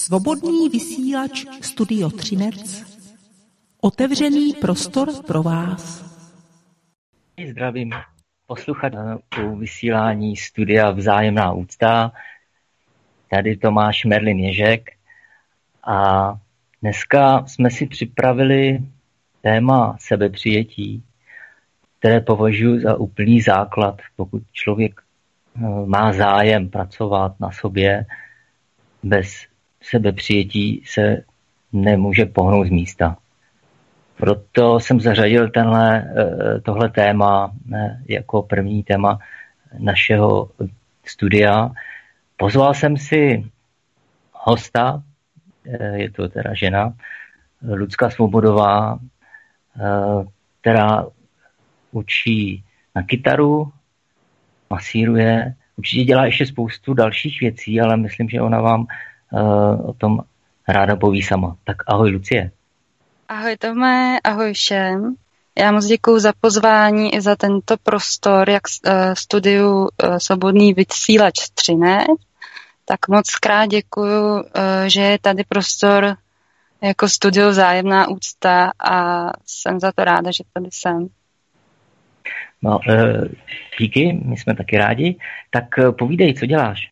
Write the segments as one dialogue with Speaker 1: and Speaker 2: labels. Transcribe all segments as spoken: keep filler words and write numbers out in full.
Speaker 1: Svobodný vysílač Studio Třinec. Otevřený prostor pro vás.
Speaker 2: Zdravím posluchačů vysílání Studia Vzájemná úcta. Tady Tomáš Merlin Ježek. A dneska jsme si připravili téma sebepřijetí, které považuji za úplný základ, pokud člověk má zájem pracovat na sobě. Bez sebepřijetí se nemůže pohnout z místa. Proto jsem zařadil tenhle, tohle téma jako první téma našeho studia. Pozval jsem si hosta, je to teda žena, Lucka Svobodová, která učí na kytaru, masíruje, určitě dělá ještě spoustu dalších věcí, ale myslím, že ona vám uh, o tom ráda poví sama. Tak ahoj, Lucie.
Speaker 3: Ahoj Tome, ahoj všem. Já moc děkuju za pozvání i za tento prostor, jak uh, studiu uh, Svobodný vysílač Třinec. Tak moc krát děkuju, uh, že je tady prostor jako studio Vzájemná úcta a jsem za to ráda, že tady jsem.
Speaker 2: No, díky, my jsme taky rádi. Tak povídej, co děláš?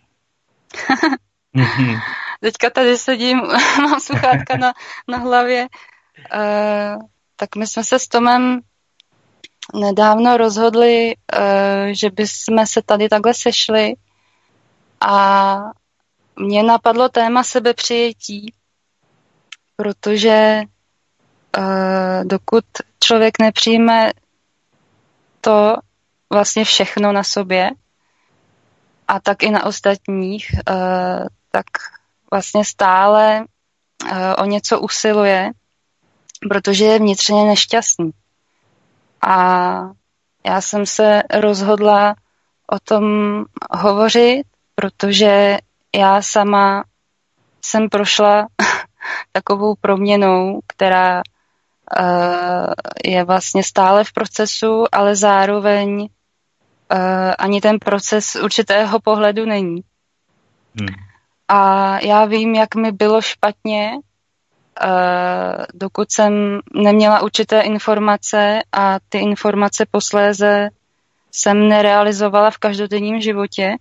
Speaker 3: Teďka tady sedím, mám sluchátka na, na hlavě. Uh, tak my jsme se s Tomem nedávno rozhodli, uh, že bychom se tady takhle sešli a mě napadlo téma sebepřijetí, protože uh, dokud člověk nepřijme to vlastně všechno na sobě a tak i na ostatních, uh, tak vlastně stále uh, o něco usiluje, protože je vnitřně nešťastný. A já jsem se rozhodla o tom hovořit, protože já sama jsem prošla takovou proměnou, která Uh, je vlastně stále v procesu, ale zároveň uh, ani ten proces z určitého pohledu není. Hmm. A já vím, jak mi bylo špatně, uh, dokud jsem neměla určité informace a ty informace posléze jsem nerealizovala v každodenním životě.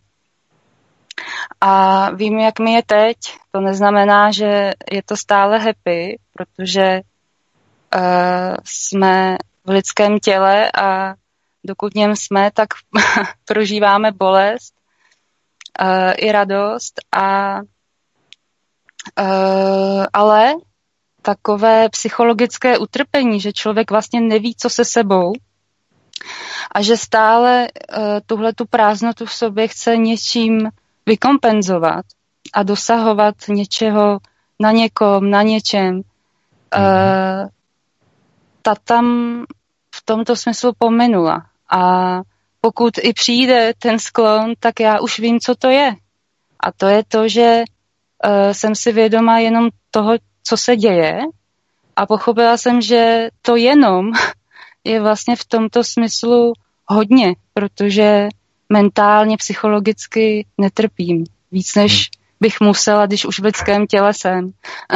Speaker 3: A vím, jak mi je teď. To neznamená, že je to stále happy, protože Uh, jsme v lidském těle a dokud v něm jsme, tak prožíváme bolest uh, i radost a uh, ale takové psychologické utrpení, že člověk vlastně neví, co se sebou a že stále uh, tuhle tu prázdnotu v sobě chce něčím vykompenzovat a dosahovat něčeho na někom, na něčem. Uh, ta tam v tomto smyslu pominula. A pokud i přijde ten sklon, tak já už vím, co to je. A to je to, že uh, jsem si vědoma jenom toho, co se děje a pochopila jsem, že to jenom je vlastně v tomto smyslu hodně, protože mentálně, psychologicky netrpím. Víc, než bych musela, když už v lidském těle jsem.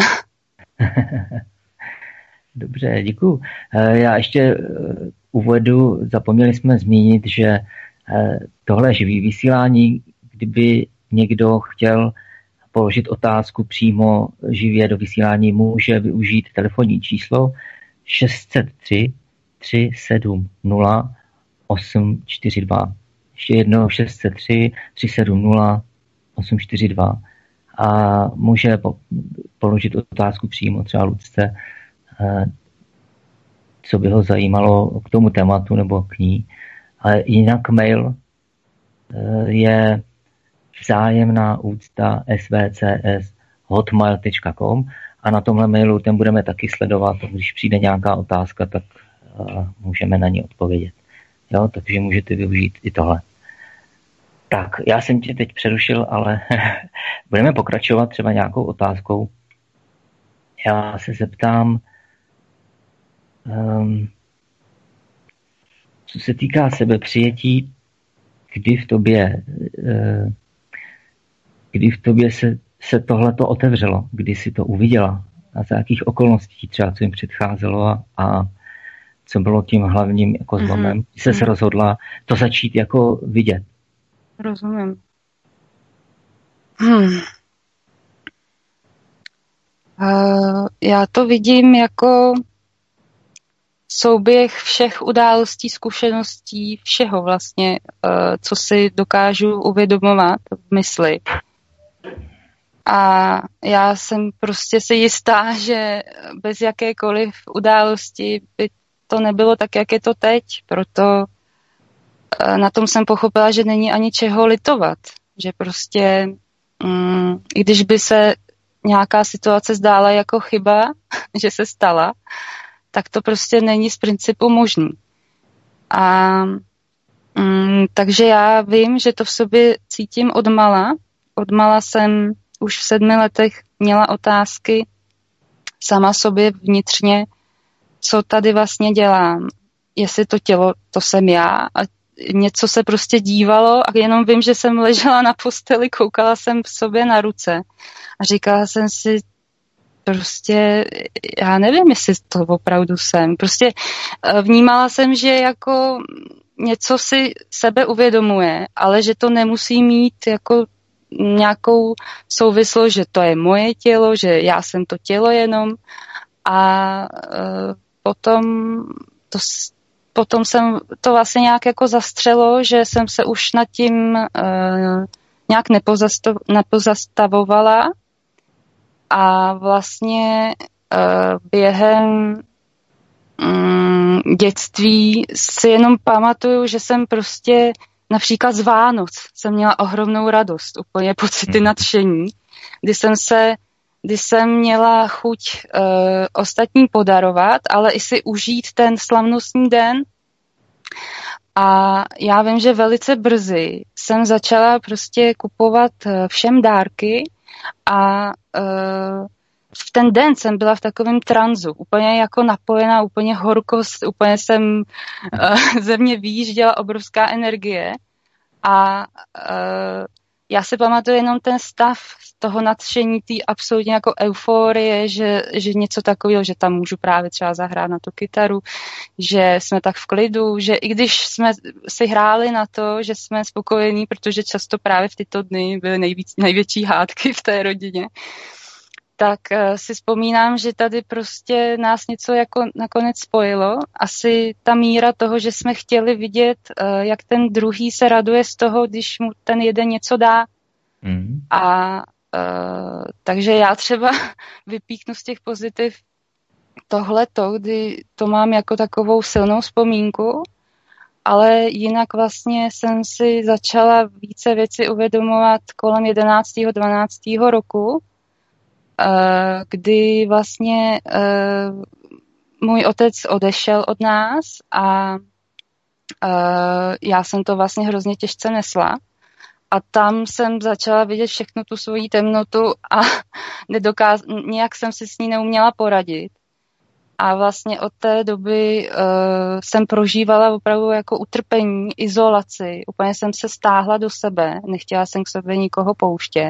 Speaker 2: Dobře, děkuju. Já ještě uvedu, zapomněli jsme zmínit, že tohle živý vysílání, kdyby někdo chtěl položit otázku přímo živě do vysílání, může využít telefonní číslo šest set tři tři sedm nula osm čtyři dva. Ještě jednou šest set tři tři sedm nula osm čtyři dva. A může položit otázku přímo třeba Lucce, co by ho zajímalo k tomu tématu nebo k ní. Ale jinak mail je vzájemná úcta svcs hotmail tečka com a na tomhle mailu ten budeme taky sledovat. Když přijde nějaká otázka, tak můžeme na ní odpovědět. Jo, takže můžete využít i tohle. Tak, já jsem tě teď přerušil, ale budeme pokračovat třeba nějakou otázkou. Já se zeptám, Um, co se týká sebepřijetí, kdy v tobě, uh, kdy v tobě se se tohleto otevřelo, kdy si to uviděla a za jakých okolností třeba, co jim předcházelo a, a co bylo tím hlavním jako zlomem, mm-hmm. se se rozhodla to začít jako vidět.
Speaker 3: Rozumím. Hmm. Uh, já to vidím jako souběh všech událostí, zkušeností, všeho vlastně, uh, co si dokážu uvědomovat v mysli. A já jsem prostě si jistá, že bez jakékoliv události by to nebylo tak, jak je to teď. Proto na tom jsem pochopila, že není ani čeho litovat. Že prostě, mm, i když by se nějaká situace zdála jako chyba, že se stala, tak to prostě není z principu možný. A mm, takže já vím, že to v sobě cítím odmala. Odmala jsem už v sedmi letech měla otázky sama sobě vnitřně, co tady vlastně dělám. Jestli to tělo, to jsem já. A něco se prostě dívalo a jenom vím, že jsem ležela na posteli, koukala jsem v sobě na ruce a říkala jsem si, prostě já nevím, jestli to opravdu jsem. Prostě vnímala jsem, že jako něco si sebe uvědomuje, ale že to nemusí mít jako nějakou souvislost, že to je moje tělo, že já jsem to tělo jenom a uh, potom to, potom jsem to vlastně nějak jako zastřelo, že jsem se už nad tím uh, nějak nepozastav, nepozastavovala a vlastně uh, během um, dětství si jenom pamatuju, že jsem prostě například z Vánoc jsem měla ohromnou radost, úplně pocity nadšení, kdy jsem se, kdy jsem měla chuť uh, ostatní podarovat, ale i si užít ten slavnostní den. A já vím, že velice brzy jsem začala prostě kupovat všem dárky a uh, v ten den jsem byla v takovém tranzu, úplně jako napojená, úplně horkost, úplně jsem uh, ze mě výjížděla obrovská energie a uh, já si pamatuju jenom ten stav toho nadšení, té absolutně jako euforie, že, že něco takového, že tam můžu právě třeba zahrát na tu kytaru, že jsme tak v klidu, že i když jsme si hráli na to, že jsme spokojení, protože často právě v tyto dny byly nejvíc, největší hádky v té rodině, tak uh, si vzpomínám, že tady prostě nás něco jako nakonec spojilo. Asi ta míra toho, že jsme chtěli vidět, uh, jak ten druhý se raduje z toho, když mu ten jeden něco dá. Mm. A uh, takže já třeba vypíchnu z těch pozitiv tohleto, kdy to mám jako takovou silnou vzpomínku, ale jinak vlastně jsem si začala více věci uvědomovat kolem jedenáctého dvanáctého roku, kdy vlastně uh, můj otec odešel od nás a uh, já jsem to vlastně hrozně těžce nesla. A tam jsem začala vidět všechnu tu svoji temnotu a nedokáz... nějak jsem si s ní neuměla poradit. A vlastně od té doby uh, jsem prožívala opravdu jako utrpení, izolaci. Úplně jsem se stáhla do sebe, nechtěla jsem k sobě nikoho pouštět.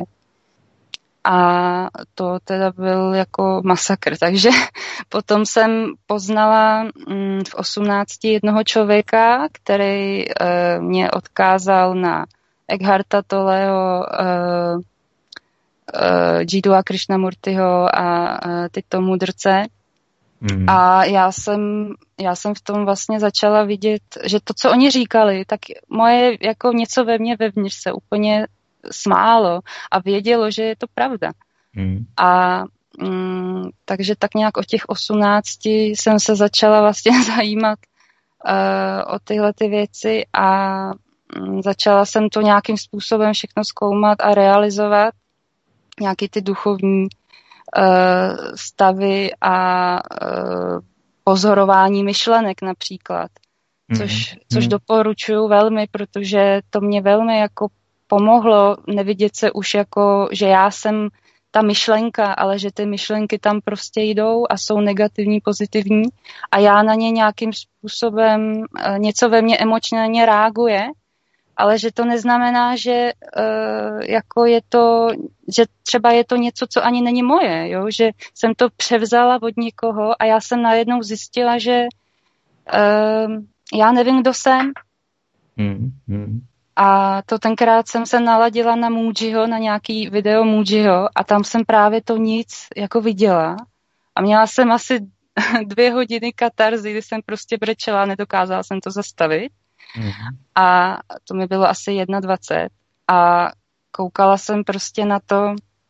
Speaker 3: A to teda byl jako masakr. Takže potom jsem poznala mm, v osmnácti jednoho člověka, který uh, mě odkázal na Eckharta Tolleho, uh, uh, Jidua Krishnamurtiho a uh, tyto mudrce. Mm. A já jsem, já jsem v tom vlastně začala vidět, že to, co oni říkali, tak moje jako něco ve mně vevnitř se úplně smálo a vědělo, že je to pravda. Mm. A mm, takže tak nějak od těch osmnácti jsem se začala vlastně zajímat uh, o tyhle ty věci a mm, začala jsem to nějakým způsobem všechno zkoumat a realizovat. Nějaký ty duchovní uh, stavy a uh, pozorování myšlenek například. Mm. Což, což mm. doporučuji velmi, protože to mě velmi jako pomohlo nevidět se už jako, že já jsem ta myšlenka, ale že ty myšlenky tam prostě jdou a jsou negativní, pozitivní a já na ně nějakým způsobem, něco ve mně emočně na ně reaguje ale že to neznamená, že uh, jako je to, že třeba je to něco, co ani není moje, jo? Že jsem to převzala od někoho a já jsem najednou zjistila, že uh, já nevím, kdo jsem.
Speaker 2: Mm, mm.
Speaker 3: A to tenkrát jsem se naladila na Moojiho, na nějaký video Moojiho a tam jsem právě to nic jako viděla. A měla jsem asi dvě hodiny katarzy, kdy jsem prostě brečela, nedokázala jsem to zastavit. Mm. A to mi bylo asi dvacet jedna. A koukala jsem prostě na to.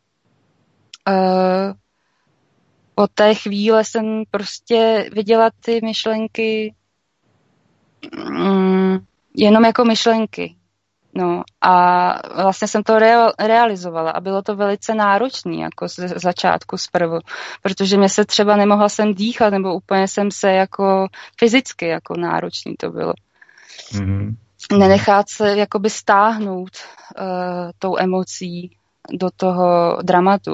Speaker 3: Uh, od té chvíle jsem prostě viděla ty myšlenky um, jenom jako myšlenky. No a vlastně jsem to real, realizovala a bylo to velice náročné jako z začátku zprvu, protože mě se třeba nemohla jsem dýchat nebo úplně jsem se jako fyzicky jako náročný to bylo. Mm-hmm. Nenechat se jakoby stáhnout uh, tou emocí do toho dramatu.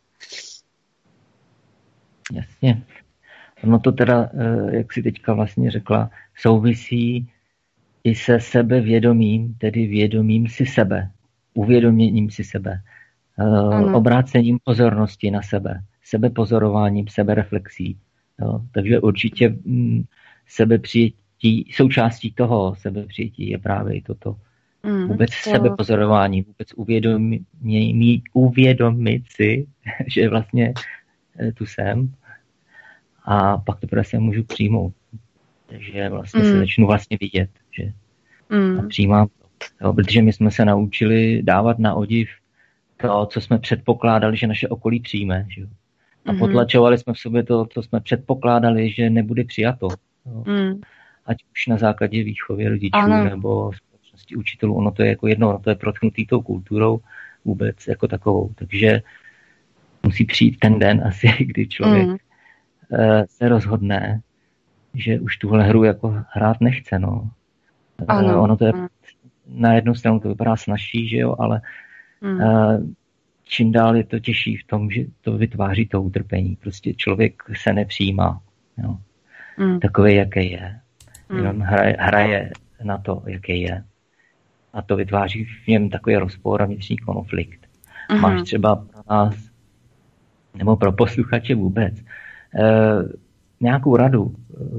Speaker 2: Jasně. No to teda, jak jsi teďka vlastně řekla, souvisí i se sebevědomím, tedy vědomím si sebe, uvědoměním si sebe, ano. Obrácením pozornosti na sebe, sebepozorováním, sebereflexí. Jo. Takže určitě m, sebepřijetí, součástí toho sebepřijetí je právě i toto. Mm, vůbec to... sebepozorování, vůbec uvědomění, uvědomit si, že vlastně tu jsem a pak teprve se můžu přijmout. Takže vlastně mm. se začnu vlastně vidět, že mm. přijímám to. Jo, protože my jsme se naučili dávat na odiv to, co jsme předpokládali, že naše okolí přijme. Že jo? A mm. potlačovali jsme v sobě to, co jsme předpokládali, že nebude přijato. Jo? Mm. Ať už na základě výchovy rodičů ano. nebo společnosti učitelů. Ono to je jako jedno, ono to je protknutý tou kulturou vůbec jako takovou. Takže musí přijít ten den asi, kdy člověk mm. se rozhodne, že už tuhle hru jako hrát nechce, no. Ano. Ono to je, na jednu stranu to vypadá snazší, že jo, ale mm. čím dál je to těžší v tom, že to vytváří to utrpení. Prostě člověk se nepřijímá, jo. Mm. Takový, jaký je. Mm. Jenom hraje, hraje na to, jaký je. A to vytváří v něm takový rozpor a vnitřní konflikt. Mm. Máš třeba pro nás, nebo pro posluchače vůbec, eh, nějakou radu,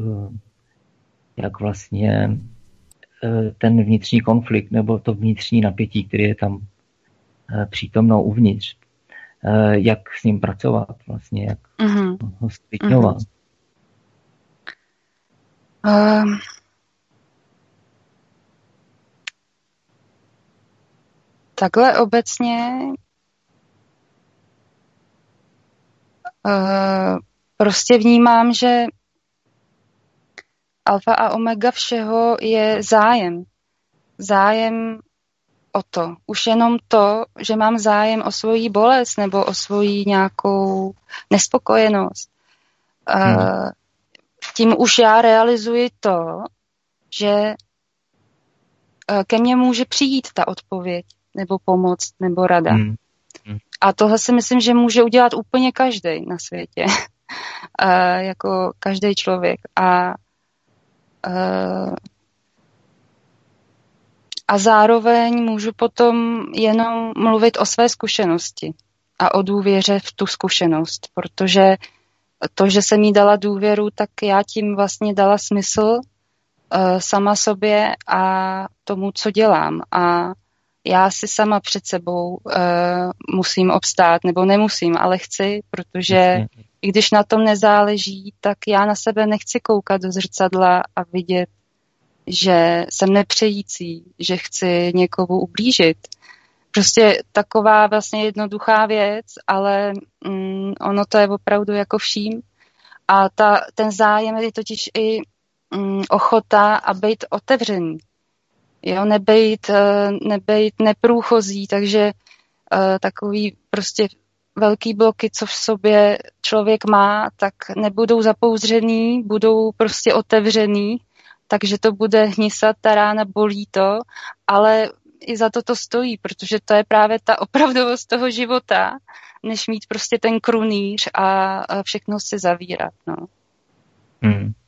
Speaker 2: jak vlastně ten vnitřní konflikt nebo to vnitřní napětí, který je tam přítomnou uvnitř, jak s ním pracovat, vlastně, jak mm-hmm. ho sklidňovat. Mm-hmm. Um,
Speaker 3: takhle obecně uh, prostě vnímám, že alfa a omega všeho je zájem. Zájem o to. Už jenom to, že mám zájem o svoji bolest nebo o svoji nějakou nespokojenost. Hmm. Tím už já realizuji to, že ke mně může přijít ta odpověď nebo pomoc nebo rada. Hmm. Hmm. A tohle si myslím, že může udělat úplně každý na světě. Uh, jako každý člověk a uh, a zároveň můžu potom jenom mluvit o své zkušenosti a o důvěře v tu zkušenost, protože to, že jsem jí dala důvěru, tak já tím vlastně dala smysl uh, sama sobě a tomu, co dělám. A já si sama před sebou uh, musím obstát, nebo nemusím, ale chci, protože i když na tom nezáleží, tak já na sebe nechci koukat do zrcadla a vidět, že jsem nepřející, že chci někomu ublížit. Prostě taková vlastně jednoduchá věc, ale mm, ono to je opravdu jako vším. A ta, ten zájem je totiž i mm, ochota a být otevřený. Jo, nebejt, nebejt neprůchozí, takže uh, takový prostě velký bloky, co v sobě člověk má, tak nebudou zapouzřený, budou prostě otevřený, takže to bude hnisat, ta rána, bolí to, ale i za to to stojí, protože to je právě ta opravdovost toho života, než mít prostě ten krunýř a všechno si zavírat. No.
Speaker 2: Hmm.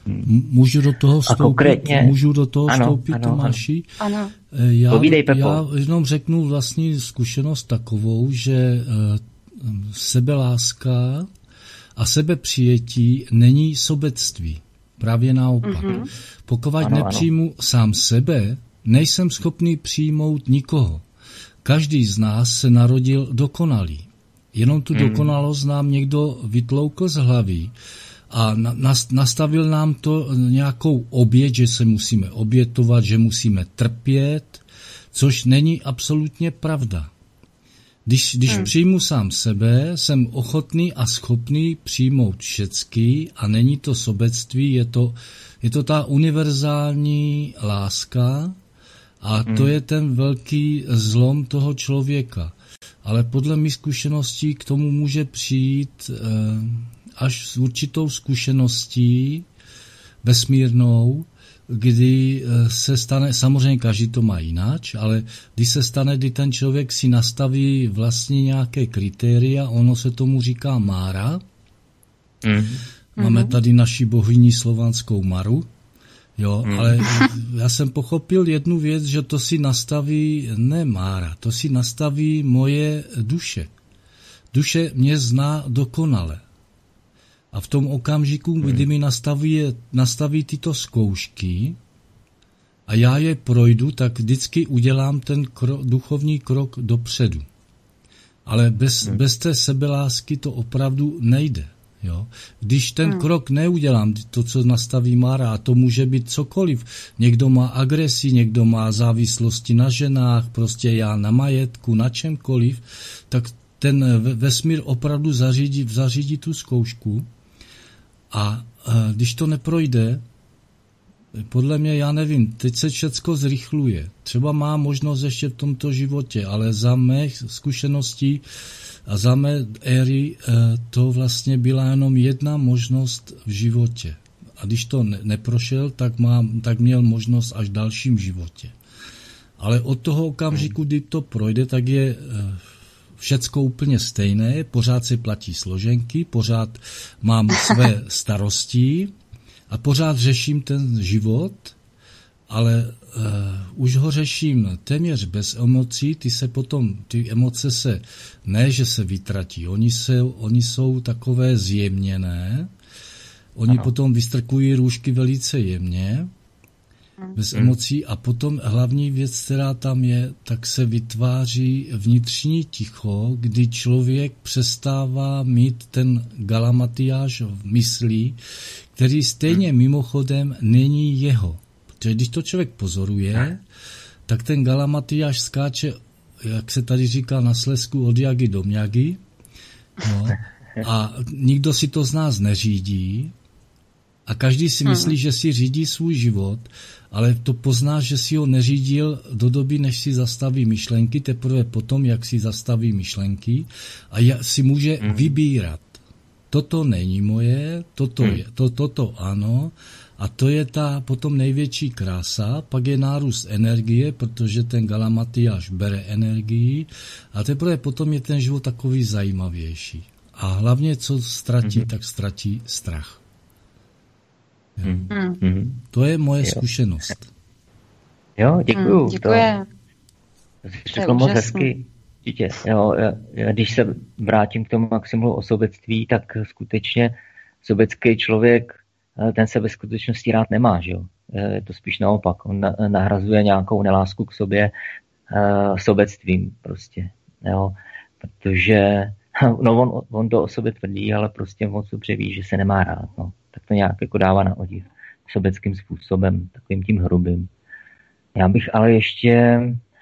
Speaker 4: Můžu do toho vstoupit,
Speaker 2: konkrétně...
Speaker 4: můžu do toho
Speaker 2: ano,
Speaker 4: vstoupit,
Speaker 2: ano,
Speaker 4: Tomáši?
Speaker 3: Ano.
Speaker 4: Já,
Speaker 2: Povídej, Pepo.
Speaker 4: Já jenom řeknu vlastní zkušenost takovou, že uh, sebeláska a sebepřijetí není sobectví. Právě naopak. Mm-hmm. Pokud ano, nepřijmu ano. sám sebe, nejsem schopný přijmout nikoho. Každý z nás se narodil dokonalý. Jenom tu mm. dokonalost nám někdo vytloukl z hlavy a na, nastavil nám to nějakou oběť, že se musíme obětovat, že musíme trpět, což není absolutně pravda. Když, když hmm. přijmu sám sebe, jsem ochotný a schopný přijmout všecky a není to sobectví, je to, je to ta univerzální láska a hmm. to je ten velký zlom toho člověka. Ale podle mých zkušeností k tomu může přijít eh, až s určitou zkušeností vesmírnou, kdy se stane, samozřejmě každý to má jináč, ale když se stane, kdy ten člověk si nastaví vlastně nějaké kritéria, ono se tomu říká Mára. Mm. Máme tady naši bohyni slovanskou Maru, jo, mm. ale já jsem pochopil jednu věc, že to si nastaví ne Mára, to si nastaví moje duše. Duše mě zná dokonale. A v tom okamžiku, kdy mi nastaví, nastaví tyto zkoušky a já je projdu, tak vždycky udělám ten krok, duchovní krok dopředu. Ale bez, hmm. bez té sebelásky to opravdu nejde. Jo? Když ten hmm. krok neudělám, to, co nastaví Mára, a to může být cokoliv. Někdo má agresi, někdo má závislosti na ženách, prostě já na majetku, na čemkoliv, tak ten vesmír opravdu zařídí, zařídí tu zkoušku. A, a když to neprojde, podle mě, já nevím, teď se všecko zrychluje. Třeba má možnost ještě v tomto životě, ale za mých zkušeností a za mé éry to vlastně byla jenom jedna možnost v životě. A když to ne, neprošel, tak, má, tak měl možnost až v dalším životě. Ale od toho okamžiku, kdy to projde, tak je všecko úplně stejné, pořád si platí složenky, pořád mám své starosti a pořád řeším ten život, ale uh, už ho řeším téměř bez emocí, ty se potom, ty emoce se, ne, že se vytratí, oni, se, oni jsou takové zjemněné, oni ano. potom vystrkují růžky velice jemně, bez hmm. emocí a potom hlavní věc, která tam je, tak se vytváří vnitřní ticho, kdy člověk přestává mít ten galamatiáš v mysli, který stejně hmm. mimochodem není jeho. Protože když to člověk pozoruje, tak ten galamatiáš skáče, jak se tady říká na Slezsku, od jagy do mňagy, no, a nikdo si to z nás neřídí, a každý si myslí, hmm. že si řídí svůj život, ale to poznáš, že si ho neřídil do doby, než si zastaví myšlenky, teprve potom, jak si zastaví myšlenky a si může hmm. vybírat. Toto není moje, toto hmm. je, to, toto ano a to je ta potom největší krása, pak je nárůst energie, protože ten galamatiáš bere energii a teprve potom je ten život takový zajímavější. A hlavně, co ztratí, hmm. tak ztratí strach. Hmm. Hmm. To je moje jo. zkušenost.
Speaker 2: Jo, děkuju.
Speaker 3: Hmm, děkuji.
Speaker 2: To, to řekl moc hezky. Dítě, jo, já, já, když se vrátím k tomu, jak jsem mluvil o sobectví, tak skutečně sobecký člověk ten se ve skutečnosti rád nemá. Že jo? Je to spíš naopak. On na, nahrazuje nějakou nelásku k sobě uh, sobectvím prostě. Jo? Protože no on, on to o sobě tvrdí, ale prostě moc dobře ví, že se nemá rád. No. Tak to nějak jako dává na odiv sobeckým způsobem, takovým tím hrubým. Já bych ale ještě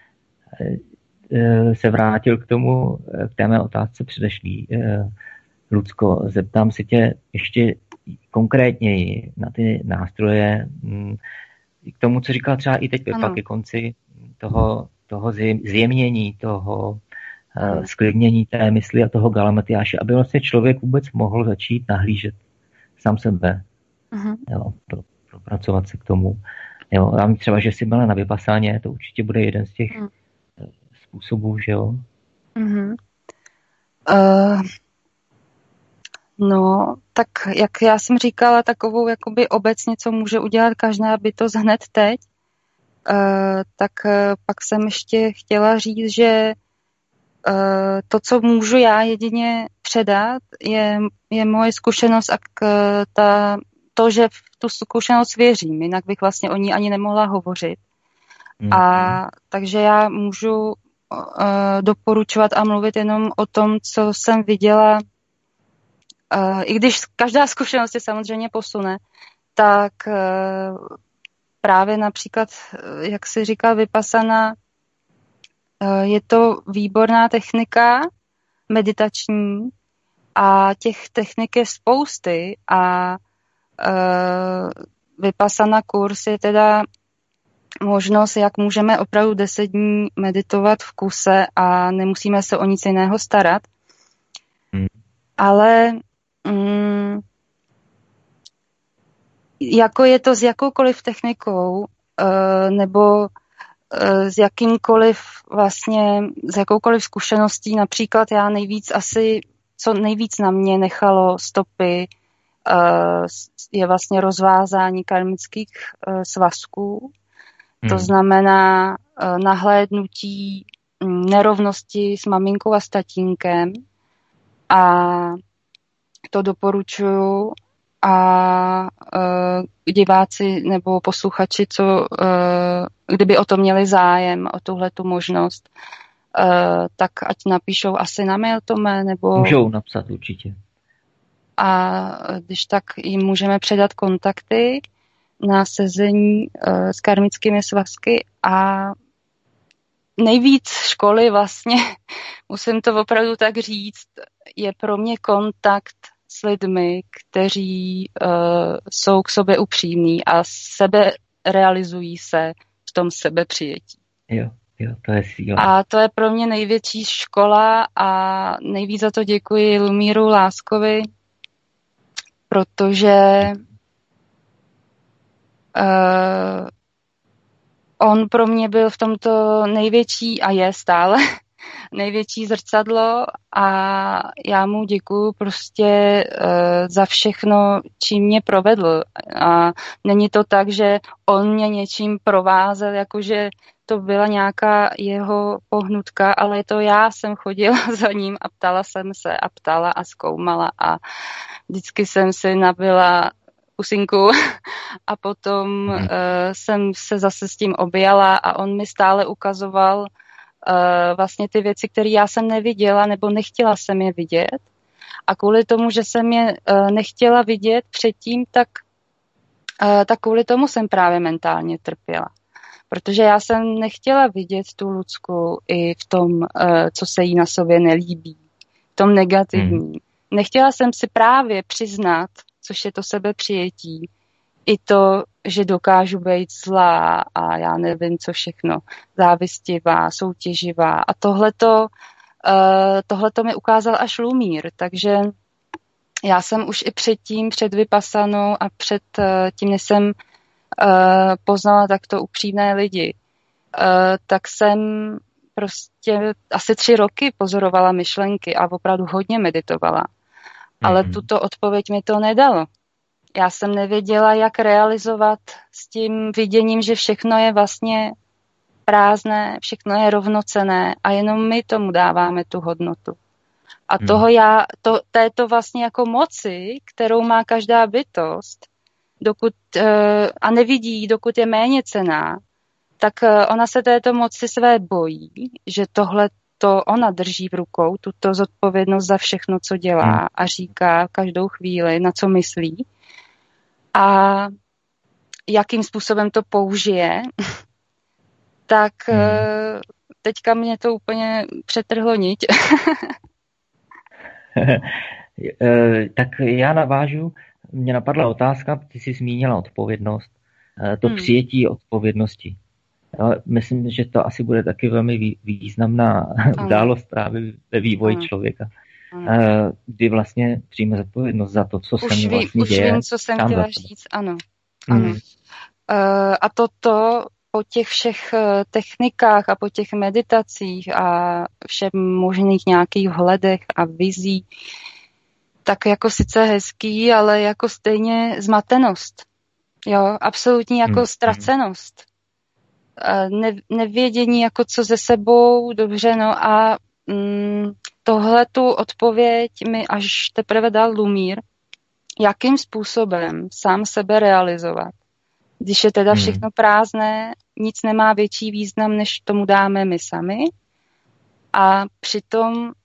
Speaker 2: se vrátil k tomu, k té mé otázce předešlý. Lucko, zeptám se tě ještě konkrétněji na ty nástroje, k tomu, co říkal třeba i teď Pepa ke konci toho, toho zjemnění, toho sklidnění té mysli a toho galamatiáše, aby vlastně člověk vůbec mohl začít nahlížet sám sebe. Uh-huh. Jo, pro, propracovat se k tomu. Jo, a třeba, že jsi byla na vypasáně, to určitě bude jeden z těch uh-huh. způsobů, že jo?
Speaker 3: Uh-huh. Uh, no, tak jak já jsem říkala, takovou jakoby obecně, co může udělat každá bytost hned teď, uh, tak uh, pak jsem ještě chtěla říct, že uh, to, co můžu já jedině předat, je, je moje zkušenost a k, ta, to, že v tu zkušenost věřím, jinak bych vlastně o ní ani nemohla hovořit. Mm. A takže já můžu uh, doporučovat a mluvit jenom o tom, co jsem viděla. Uh, I když každá zkušenost je samozřejmě posune, tak uh, právě například, jak si říkal, Vipassana, uh, je to výborná technika meditační a těch technik je spousty a uh, Vipassana kurz je teda možnost, jak můžeme opravdu deset dní meditovat v kuse a nemusíme se o nic jiného starat. Hmm. Ale mm, jako je to s jakoukoliv technikou uh, nebo uh, s jakýmkoliv vlastně, s jakoukoliv zkušeností, například já nejvíc asi, co nejvíc na mě nechalo stopy, uh, je vlastně rozvázání karmických uh, svazků. Hmm. To znamená uh, nahlédnutí nerovnosti s maminkou a s tatínkem a to doporučuju a uh, diváci nebo posluchači, co, uh, kdyby o to měli zájem, o tuhletu možnost, uh, tak ať napíšou asi na mail Tome, nebo...
Speaker 2: Můžou napsat určitě.
Speaker 3: A když tak jim můžeme předat kontakty na sezení uh, s karmickými svazky a nejvíc školy vlastně, musím to opravdu tak říct, je pro mě kontakt s lidmi, kteří uh, jsou k sobě upřímní a sebe realizují se v tom sebepřijetí.
Speaker 2: Jo, jo, to je síla.
Speaker 3: A to je pro mě největší škola a nejvíc za to děkuji Lumíru Láskovi, protože uh, on pro mě byl v tomto největší a je stále největší zrcadlo a já mu děkuju prostě uh, za všechno, čím mě provedl. A není to tak, že on mě něčím provázel, jakože to byla nějaká jeho pohnutka, ale to já jsem chodila za ním a ptala jsem se a ptala a zkoumala a vždycky jsem si nabila pusinku a potom uh, jsem se zase s tím objala a on mi stále ukazoval uh, vlastně ty věci, které já jsem neviděla nebo nechtěla jsem je vidět a kvůli tomu, že jsem je uh, nechtěla vidět předtím, tak, uh, tak kvůli tomu jsem právě mentálně trpěla. Protože já jsem nechtěla vidět tu Lucku i v tom, uh, co se jí na sobě nelíbí, v tom negativní. Hmm. Nechtěla jsem si právě přiznat, což je to sebepřijetí, i to, že dokážu být zlá a já nevím, co všechno, závistivá, soutěživá. A tohleto, uh, tohleto mi ukázal až Lumír, takže já jsem už i předtím, před Vipassanou a před uh, tím, než jsem uh, poznala takto upřímné lidi, uh, tak jsem prostě asi tři roky pozorovala myšlenky a opravdu hodně meditovala. Ale mm-hmm. tuto odpověď mi to nedalo. Já jsem nevěděla, jak realizovat s tím viděním, že všechno je vlastně prázdné, všechno je rovnocenné a jenom my tomu dáváme tu hodnotu. A mm. toho já, to, této vlastně jako moci, kterou má každá bytost, dokud, a nevidí, dokud je méněcenná, tak ona se této moci své bojí, že tohle to ona drží v rukou, tuto zodpovědnost za všechno, co dělá a říká každou chvíli, na co myslí a jakým způsobem to použije, tak hmm. teďka mě to úplně přetrhlo niť.
Speaker 2: Tak já navážu, mě napadla otázka, ty jsi zmínila odpovědnost, to hmm. přijetí odpovědnosti. Myslím, že to asi bude taky velmi významná událost právě ve vývoji ano. člověka. Ano. Kdy vlastně přijme zodpovědnost za to, co
Speaker 3: už
Speaker 2: se mi vlastně
Speaker 3: vím,
Speaker 2: děje.
Speaker 3: Už vím, co jsem chtěla říct, ano. ano. Hmm. A toto po těch všech technikách a po těch meditacích a všem možných nějakých vhledech a vizí, tak jako sice hezký, ale jako stejně zmatenost. Jo, absolutní jako hmm. ztracenost. Ne, nevědění jako co ze sebou, dobře, no a mm, tohle tu odpověď mi až teprve dal Lumír, jakým způsobem sám sebe realizovat. Když je teda všechno prázdné, nic nemá větší význam, než tomu dáme my sami. A přitom uh,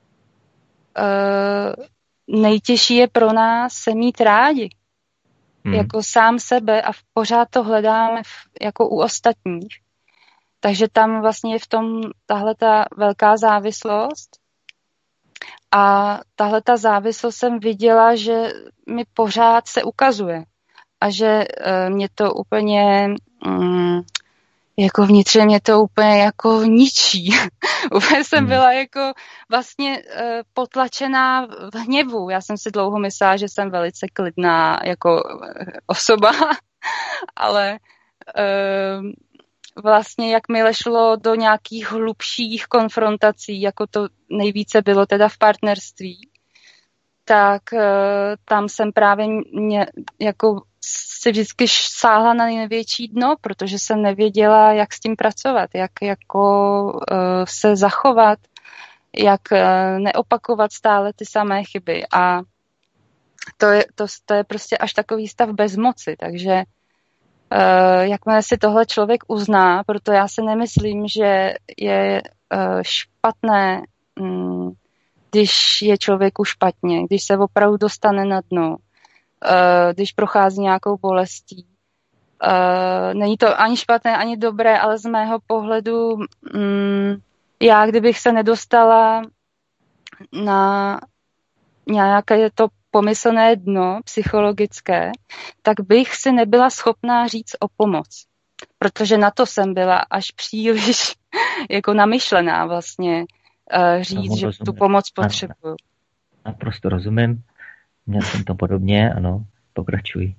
Speaker 3: nejtěžší je pro nás se mít rádi. Hmm. Jako sám sebe a pořád to hledáme v, jako u ostatních. Takže tam vlastně je v tom tahle ta velká závislost. A tahle ta závislost jsem viděla, že mi pořád se ukazuje. A že uh, mě to úplně, um, jako vnitřně mě to úplně jako ničí. Úplně jsem byla jako vlastně uh, potlačená v hněvu. Já jsem si dlouho myslela, že jsem velice klidná jako uh, osoba, ale uh, vlastně jakmile šlo do nějakých hlubších konfrontací, jako to nejvíce bylo teda v partnerství, tak uh, tam jsem právě mě, jako si vždycky sáhla na největší dno, protože jsem nevěděla, jak s tím pracovat, jak jako uh, se zachovat, jak uh, neopakovat stále ty samé chyby. A to je, to, to je prostě až takový stav bezmoci, takže uh, jakmile si tohle člověk uzná, proto já si nemyslím, že je uh, špatné, um, když je člověku špatně, když se opravdu dostane na dno, když prochází nějakou bolestí. Není to ani špatné, ani dobré, ale z mého pohledu já, kdybych se nedostala na nějaké to pomyslné dno psychologické, tak bych si nebyla schopná říct o pomoc. Protože na to jsem byla až příliš jako namyšlená vlastně říct, že tu pomoc potřebuju.
Speaker 2: Naprosto rozumím. Měl jsem to podobně, ano, pokračuj.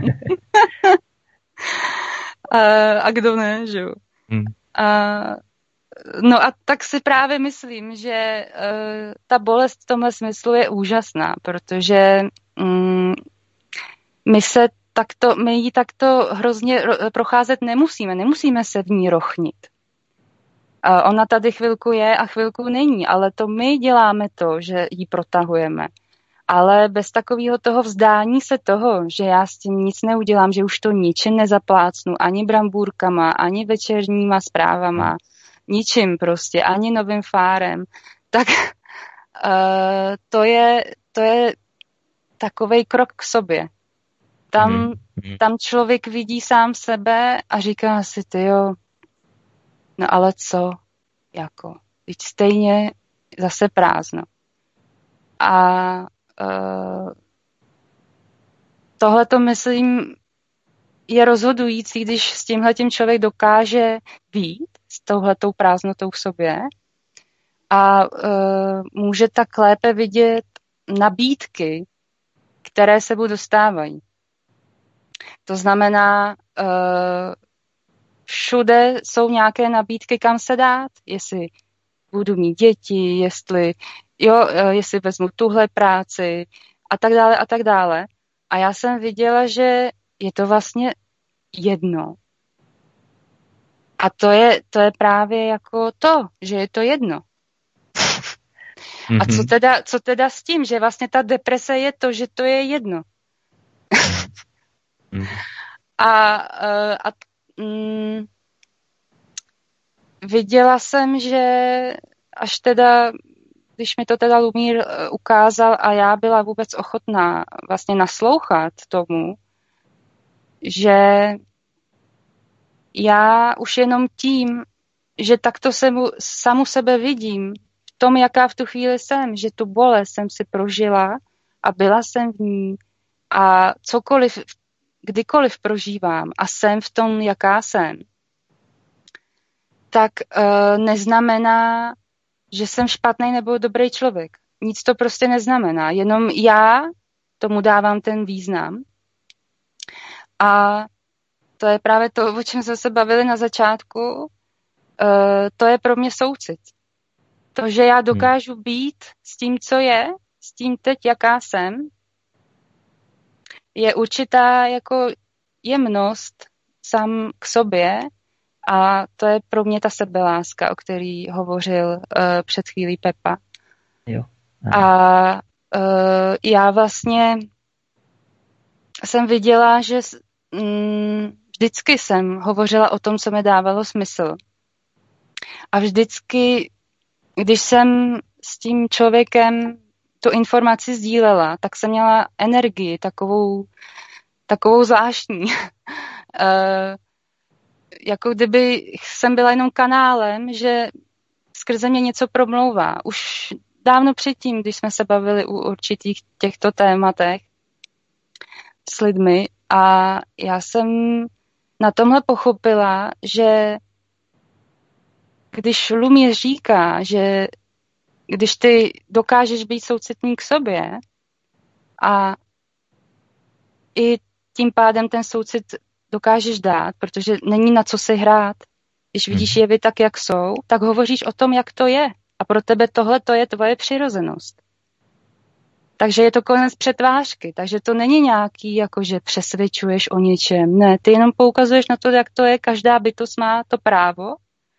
Speaker 3: a, a kdo ne, že jo? Hmm. A, no a tak si právě myslím, že uh, ta bolest v tomhle smyslu je úžasná, protože um, my se takto, my ji takto hrozně ro- procházet nemusíme, nemusíme se v ní rochnit. Uh, ona tady chvilku je a chvilku není, ale to my děláme to, že ji protahujeme. Ale bez takového toho vzdání se toho, že já s tím nic neudělám, že už to ničím nezaplácnu, ani brambůrkama, ani večerníma zprávama, ničím prostě, ani novým fárem, tak uh, to je, to je takovej krok k sobě. Tam, mm-hmm. tam člověk vidí sám sebe a říká si, tyjo, no ale co, jako, teď stejně zase prázdno. A Uh, tohle to myslím je rozhodující, když s tímhletím člověk dokáže být s touhletou prázdnotou v sobě a uh, může tak lépe vidět nabídky, které se mu dostávají. To znamená, uh, všude jsou nějaké nabídky, kam se dát, jestli budu mít děti, jestli jo, jestli vezmu tuhle práci a tak dále a tak dále. A já jsem viděla, že je to vlastně jedno. A to je, to je právě jako to, že je to jedno. Mm-hmm. A co teda, co teda s tím, že vlastně ta deprese je to, že to je jedno. mm-hmm. A, a mm, viděla jsem, že až teda když mi to teda Lumír ukázal a já byla vůbec ochotná vlastně naslouchat tomu, že já už jenom tím, že takto se mu, samu sebe vidím, v tom, jaká v tu chvíli jsem, že tu bolest jsem si prožila a byla jsem v ní a cokoliv, kdykoliv prožívám a jsem v tom, jaká jsem, tak uh, neznamená, že jsem špatný nebo dobrý člověk. Nic to prostě neznamená. Jenom já tomu dávám ten význam. A to je právě to, o čem jsme se bavili na začátku. Uh, to je pro mě soucit. To, že já dokážu být s tím, co je, s tím teď, jaká jsem, je určitá jako jemnost sám k sobě a to je pro mě ta sebeláska, o který hovořil uh, před chvílí Pepa.
Speaker 2: Jo.
Speaker 3: A uh, já vlastně jsem viděla, že mm, vždycky jsem hovořila o tom, co mi dávalo smysl. A vždycky, když jsem s tím člověkem tu informaci sdílela, tak jsem měla energii, takovou, takovou zvláštní. uh, jako kdyby jsem byla jenom kanálem, že skrze mě něco promlouvá. Už dávno předtím, když jsme se bavili u určitých těchto tématech s lidmi a já jsem na tomhle pochopila, že když Lumière říká, že když ty dokážeš být soucitný k sobě a i tím pádem ten soucit dokážeš dát, protože není na co si hrát. Když vidíš jevy tak, jak jsou, tak hovoříš o tom, jak to je. A pro tebe tohle to je tvoje přirozenost. Takže je to konec přetvářky. Takže to není nějaký, jako že přesvědčuješ o něčem. Ne, ty jenom poukazuješ na to, jak to je. Každá bytost má to právo.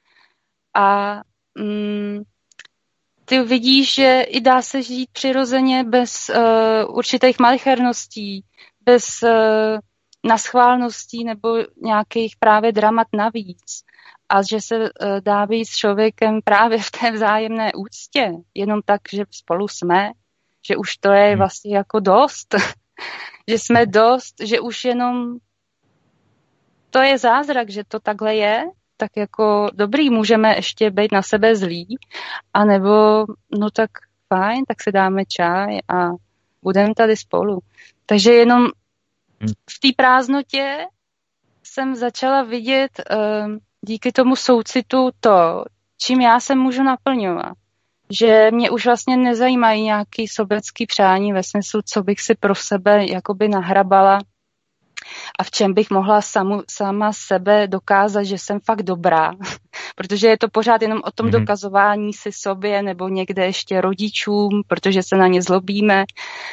Speaker 3: A mm, ty vidíš, že i dá se žít přirozeně bez uh, určitých malicherností, bez uh, naschválností nebo nějakých právě dramat navíc. A že se uh, dá být s člověkem právě v té vzájemné úctě, jenom tak, že spolu jsme, že už to je vlastně jako dost, že jsme dost, že už jenom to je zázrak, že to takhle je, tak jako dobrý, můžeme ještě být na sebe zlí, anebo no tak fajn, tak si dáme čaj a budeme tady spolu. Takže jenom v té prázdnotě jsem začala vidět uh, díky tomu soucitu to, čím já se můžu naplňovat. Že mě už vlastně nezajímají nějaký sobecký přání ve smyslu, co bych si pro sebe jakoby nahrabala a v čem bych mohla samu, sama sebe dokázat, že jsem fakt dobrá. Protože je to pořád jenom o tom mm-hmm. dokazování si sobě nebo někde ještě rodičům, protože se na ně zlobíme.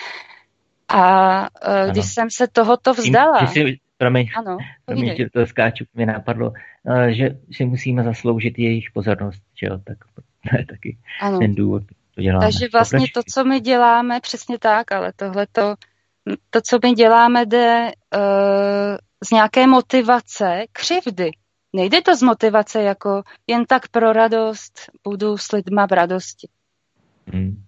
Speaker 3: A uh, když jsem se tohoto vzdala...
Speaker 2: Tím, si, promiň,
Speaker 3: ano,
Speaker 2: promiň, že to skáču, mě napadlo, uh, že si musíme zasloužit jejich pozornost, že jo, tak to je taky ano. ten důvod, to děláme.
Speaker 3: Takže vlastně Pokračuji. To, co my děláme, přesně tak, ale tohleto, to, co my děláme, jde uh, z nějaké motivace křivdy. Nejde to z motivace jako jen tak pro radost, budu s lidma v radosti. Hmm.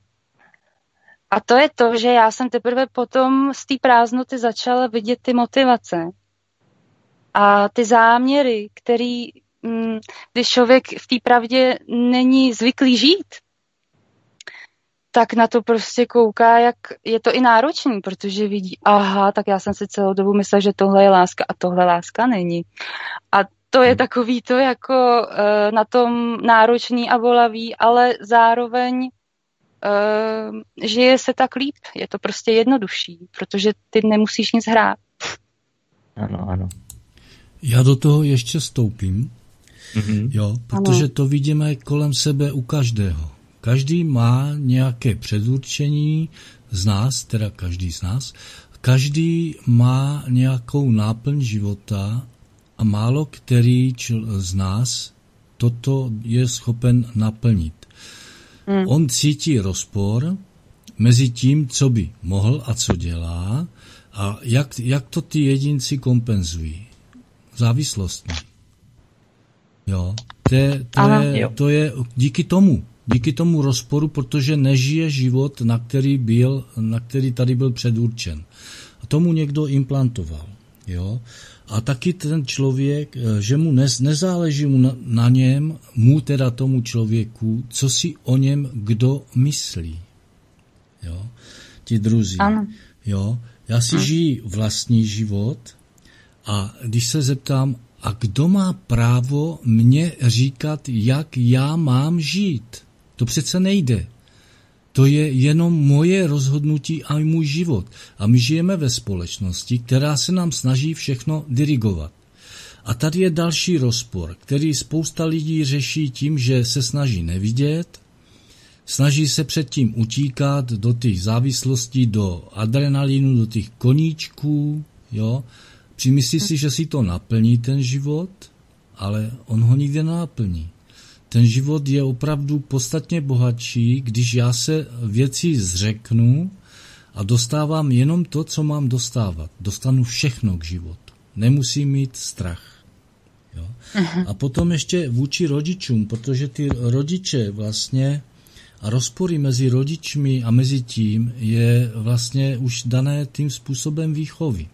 Speaker 3: A to je to, že já jsem teprve potom z té prázdnoty začala vidět ty motivace. A ty záměry, který, mm, když člověk v té pravdě není zvyklý žít, tak na to prostě kouká, jak je to i náročný, protože vidí, aha, tak já jsem si celou dobu myslela, že tohle je láska a tohle láska není. A to je takový to jako uh, na tom náročný a bolavý, ale zároveň uh, žije se tak líp. Je to prostě jednodušší, protože ty nemusíš nic hrát.
Speaker 2: Ano, ano.
Speaker 4: Já do toho ještě vstoupím, mm-hmm. jo, protože ano. to vidíme kolem sebe u každého. Každý má nějaké předurčení z nás, teda každý z nás, každý má nějakou náplň života a málo který z nás toto je schopen naplnit. Mm. On cítí rozpor mezi tím, co by mohl a co dělá a jak, jak to ty jedinci kompenzují. Závislostní. Jo, to je, to, je, to je díky tomu. Díky tomu rozporu, protože nežije život, na který, byl, na který tady byl předurčen. A tomu někdo implantoval. Jo? A taky ten člověk, že mu nez, nezáleží mu na, na něm, mu teda tomu člověku, co si o něm kdo myslí. Jo? Ti druzí.
Speaker 3: Ano.
Speaker 4: Jo? Já si ano. žiji vlastní život a když se zeptám, a kdo má právo mě říkat, jak já mám žít? To přece nejde. To je jenom moje rozhodnutí a můj život. A my žijeme ve společnosti, která se nám snaží všechno dirigovat. A tady je další rozpor, který spousta lidí řeší tím, že se snaží nevidět, Snaží se předtím utíkat do těch závislostí, do adrenalinu, do těch koníčků, jo. Přimyslí si, že si to naplní ten život, ale on ho nikdy nenaplní. Ten život je opravdu podstatně bohatší, když já se věci zřeknu a dostávám jenom to, co mám dostávat. Dostanu všechno k životu. Nemusím mít strach. Jo? A potom ještě vůči rodičům, protože ty rodiče vlastně a rozpory mezi rodičmi a mezi tím je vlastně už dané tím způsobem výchovy.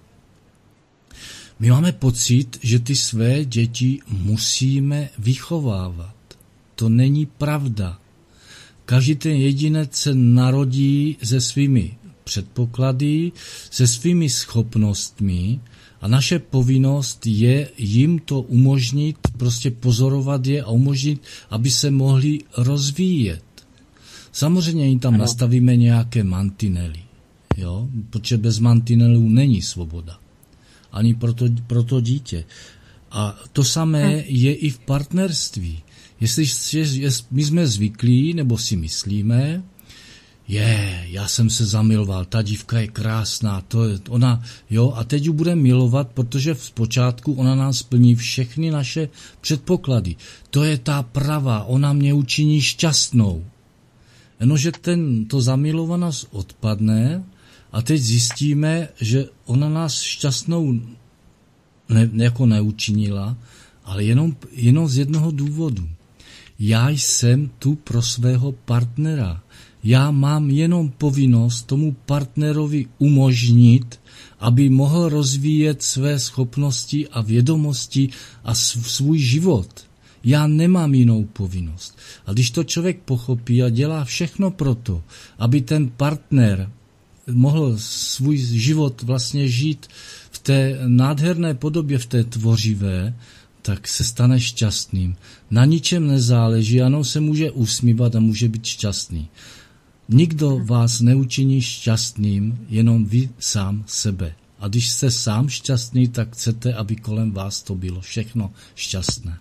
Speaker 4: My máme pocit, že ty své děti musíme vychovávat. To není pravda. Každý ten jedinec se narodí se svými předpoklady, se svými schopnostmi a naše povinnost je jim to umožnit, prostě pozorovat je a umožnit, aby se mohli rozvíjet. Samozřejmě jim tam nastavíme nějaké mantinely, jo? Protože bez mantinelů není svoboda. Ani pro to, pro to dítě. A to samé je i v partnerství. Jestliže my jsme zvyklí, nebo si myslíme, je, já jsem se zamiloval, ta dívka je krásná, to je ona, jo, a teď ji budeme milovat, protože v počátku ona nám splní všechny naše předpoklady. To je ta pravá, ona mě učiní šťastnou. Jenomže ten, to zamilovanost odpadne a teď zjistíme, že ona nás šťastnou ne, jako neučinila, ale jenom, jenom z jednoho důvodu. Já jsem tu pro svého partnera. Já mám jenom povinnost tomu partnerovi umožnit, aby mohl rozvíjet své schopnosti a vědomosti a svůj život. Já nemám jinou povinnost. A když to člověk pochopí a dělá všechno proto, aby ten partner mohl svůj život vlastně žít v té nádherné podobě, v té tvořivé, tak se stane šťastným. Na ničem nezáleží, ano, se může usmívat a může být šťastný. Nikdo vás neučiní šťastným, jenom vy sám sebe. A když jste sám šťastný, tak chcete, aby kolem vás to bylo všechno šťastné.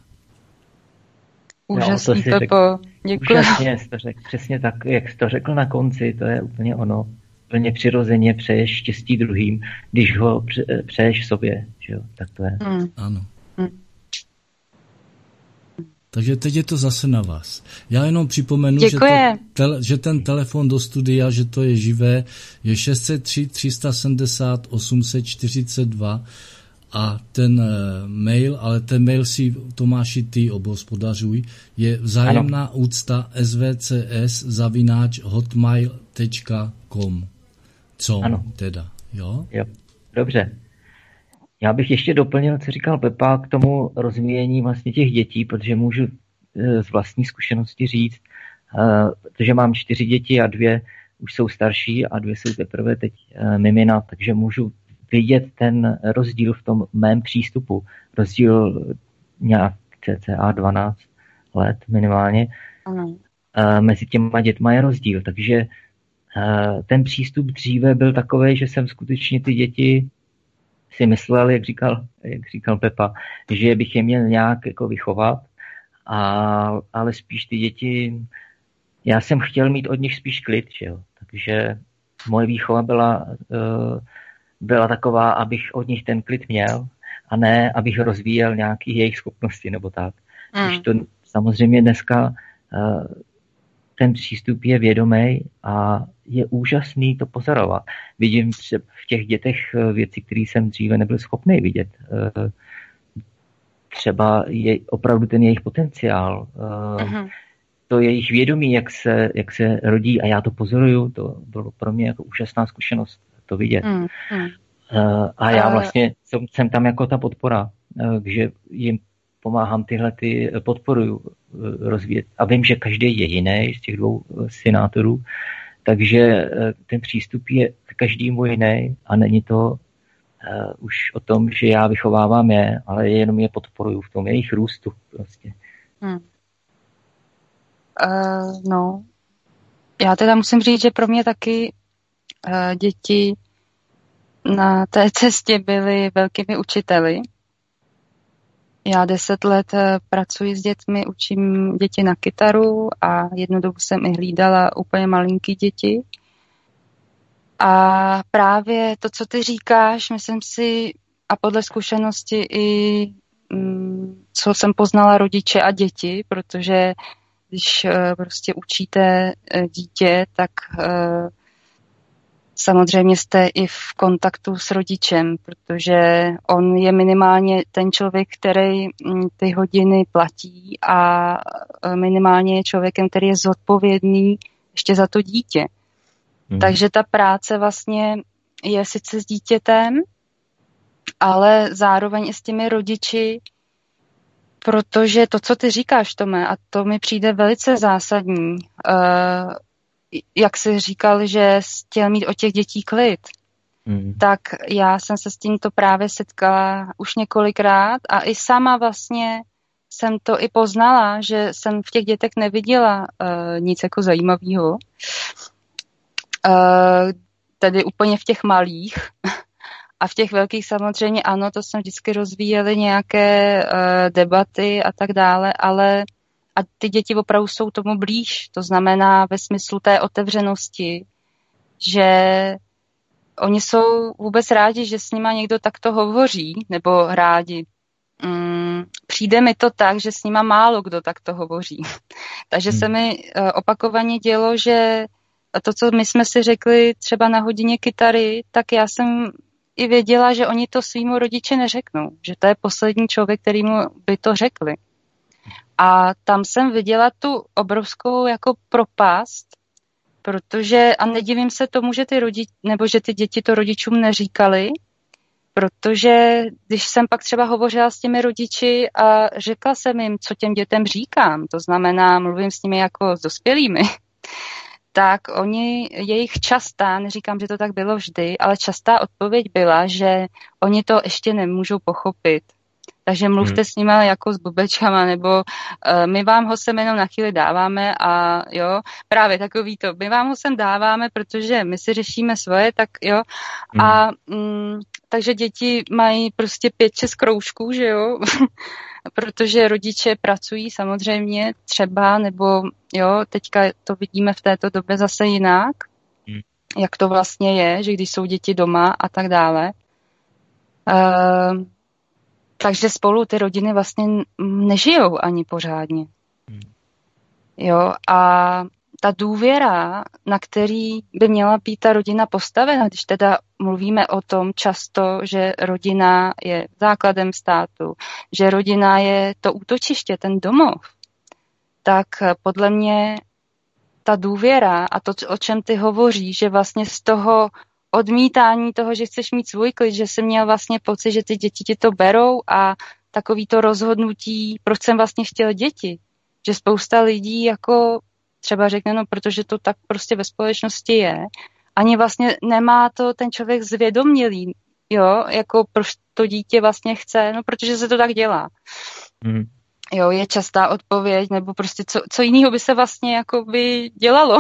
Speaker 3: Úžasný, no, Pepo. Děkuji.
Speaker 2: Úžasně jsi to řekl, přesně tak, jak jsi to řekl na konci, to je úplně ono. Plně přirozeně přeješ štěstí druhým, když ho přeješ sobě, že jo, tak to je.
Speaker 4: Hmm. Ano. Hmm. Takže teď je to zase na vás. Já jenom připomenu, že, to tele, že ten telefon do studia, že to je živé, je šest set tři, tři set sedmdesát, osm set čtyřicet dva a ten e, mail, ale ten mail si Tomáši ty obhospodařuj, je vzájemná ano. úcta svcs zavináč hotmail tečka com. Co ano. teda, jo?
Speaker 2: Jo, dobře. Já bych ještě doplnil, co říkal Pepa, k tomu rozvíjení vlastně těch dětí, protože můžu z vlastní zkušenosti říct, protože mám čtyři děti a dvě už jsou starší a dvě jsou teprve teď mimina, takže můžu vidět ten rozdíl v tom mém přístupu. Rozdíl nějak cca dvanáct let minimálně. Ano. Mezi těma dětma je rozdíl, takže ten přístup dříve byl takový, že jsem skutečně ty děti si myslel, jak říkal, jak říkal Pepa, že bych je měl nějak jako vychovat, a, ale spíš ty děti, já jsem chtěl mít od nich spíš klid, že jo? Takže moje výchova byla, byla taková, abych od nich ten klid měl a ne, abych rozvíjel nějaký jejich schopnosti nebo tak. Mm. Když to samozřejmě dneska ten přístup je vědomý a je úžasný to pozorovat. Vidím v těch dětech věci, které jsem dříve nebyl schopný vidět. Třeba je opravdu ten jejich potenciál, uh-huh. to jejich vědomí, jak se, jak se rodí, a já to pozoruju, to bylo pro mě jako úžasná zkušenost to vidět. Uh-huh. A já vlastně jsem, jsem tam jako ta podpora, že jim pomáhám tyhle ty podporuju rozvíjet. A vím, že každý je jiný z těch dvou synátorů, takže ten přístup je každému jiný a není to uh, už o tom, že já vychovávám je, ale jenom je podporuju v tom jejich růstu prostě. Hmm.
Speaker 3: Uh, no, já teda musím říct, že pro mě taky uh, děti na té cestě byly velkými učiteli. já deset let pracuji s dětmi, učím děti na kytaru a jednu dobu jsem i hlídala úplně malinký děti. A právě to, co ty říkáš, myslím si, a podle zkušenosti i co jsem poznala rodiče a děti, protože když prostě učíte dítě, tak samozřejmě jste i v kontaktu s rodičem, protože on je minimálně ten člověk, který ty hodiny platí a minimálně je člověkem, který je zodpovědný ještě za to dítě. Hmm. Takže ta práce vlastně je sice s dítětem, ale zároveň i s těmi rodiči, protože to, co ty říkáš, Tome, a to mi přijde velice zásadní, uh, jak jsi říkal, že chtěl mít od těch dětí klid, mm. tak já jsem se s tímto právě setkala už několikrát a i sama vlastně jsem to i poznala, že jsem v těch dětech neviděla uh, nic jako zajímavého. Uh, tedy úplně v těch malých. A v těch velkých samozřejmě ano, to jsme vždycky rozvíjeli nějaké uh, debaty a tak dále, ale a ty děti opravdu jsou tomu blíž. To znamená ve smyslu té otevřenosti, že oni jsou vůbec rádi, že s nima někdo takto hovoří, nebo rádi. Mm, přijde mi to tak, že s nima málo kdo takto hovoří. Takže hmm. se mi uh, opakovaně dělo, že to, co my jsme si řekli třeba na hodině kytary, tak já jsem i věděla, že oni to svýmu rodiči neřeknou, že to je poslední člověk, kterýmu by to řekli. A tam jsem viděla tu obrovskou jako propast, protože, a nedivím se tomu, že ty rodiče, nebo že ty děti to rodičům neříkali, protože když jsem pak třeba hovořila s těmi rodiči a řekla jsem jim, co těm dětem říkám, to znamená, mluvím s nimi jako s dospělými, tak oni, jejich častá, neříkám, že to tak bylo vždy, ale častá odpověď byla, že oni to ještě nemůžou pochopit. Takže mluvte hmm. s nimi jako s bubečkama, nebo uh, my vám ho sem jenom na chvíli dáváme a jo, právě takový to, my vám ho sem dáváme, protože my si řešíme svoje, tak jo. Hmm. A mm, takže děti mají prostě pět, šest kroužků, že jo, protože rodiče pracují samozřejmě třeba, nebo jo, teďka to vidíme v této době zase jinak, hmm. jak to vlastně je, že když jsou děti doma a tak dále. Uh, takže spolu ty rodiny vlastně nežijou ani pořádně. Hmm. Jo, a ta důvěra, na který by měla být ta rodina postavena, když teda mluvíme o tom často, že rodina je základem státu, že rodina je to útočiště, ten domov, tak podle mě ta důvěra a to, o čem ty hovoříš, že vlastně z toho odmítání toho, že chceš mít svůj klid, že jsi měl vlastně pocit, že ty děti ti to berou a takový to rozhodnutí, proč jsem vlastně chtěl děti. Že spousta lidí jako třeba řekne, no protože to tak prostě ve společnosti je, ani vlastně nemá to ten člověk zvědomělý, jo, jako proč to dítě vlastně chce, no protože se to tak dělá. Mm. Jo, je častá odpověď, nebo prostě co, co jiného by se vlastně jako by dělalo.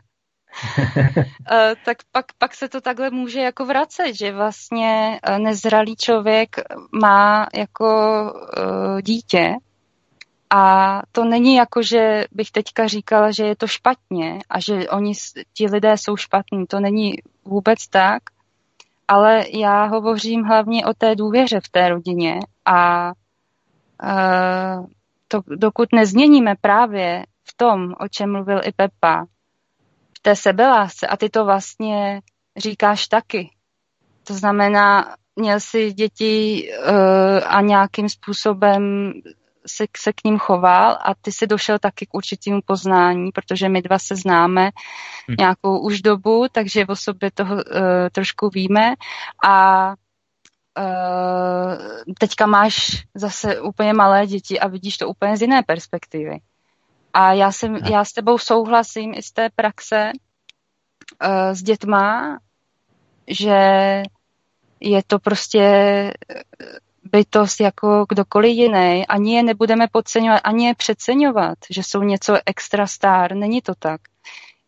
Speaker 3: tak pak, pak se to takhle může jako vracet, že vlastně nezralý člověk má jako uh, dítě a to není jako, že bych teďka říkala, že je to špatně a že oni, ti lidé jsou špatní, to není vůbec tak, ale já hovořím hlavně o té důvěře v té rodině a uh, to, dokud nezměníme právě v tom, o čem mluvil i Pepa, té sebelásce, a ty to vlastně říkáš taky. To znamená, měl si děti uh, a nějakým způsobem se, se k ním choval a ty si došel taky k určitému poznání, protože my dva se známe hmm. nějakou už dobu, takže o sobě toho uh, trošku víme a uh, teďka máš zase úplně malé děti a vidíš to úplně z jiné perspektivy. A já, jsem, já s tebou souhlasím i z té praxe uh, s dětma, že je to prostě bytost jako kdokoliv jiný. Ani je nebudeme podceňovat, ani je přeceňovat, že jsou něco extra star. Není to tak.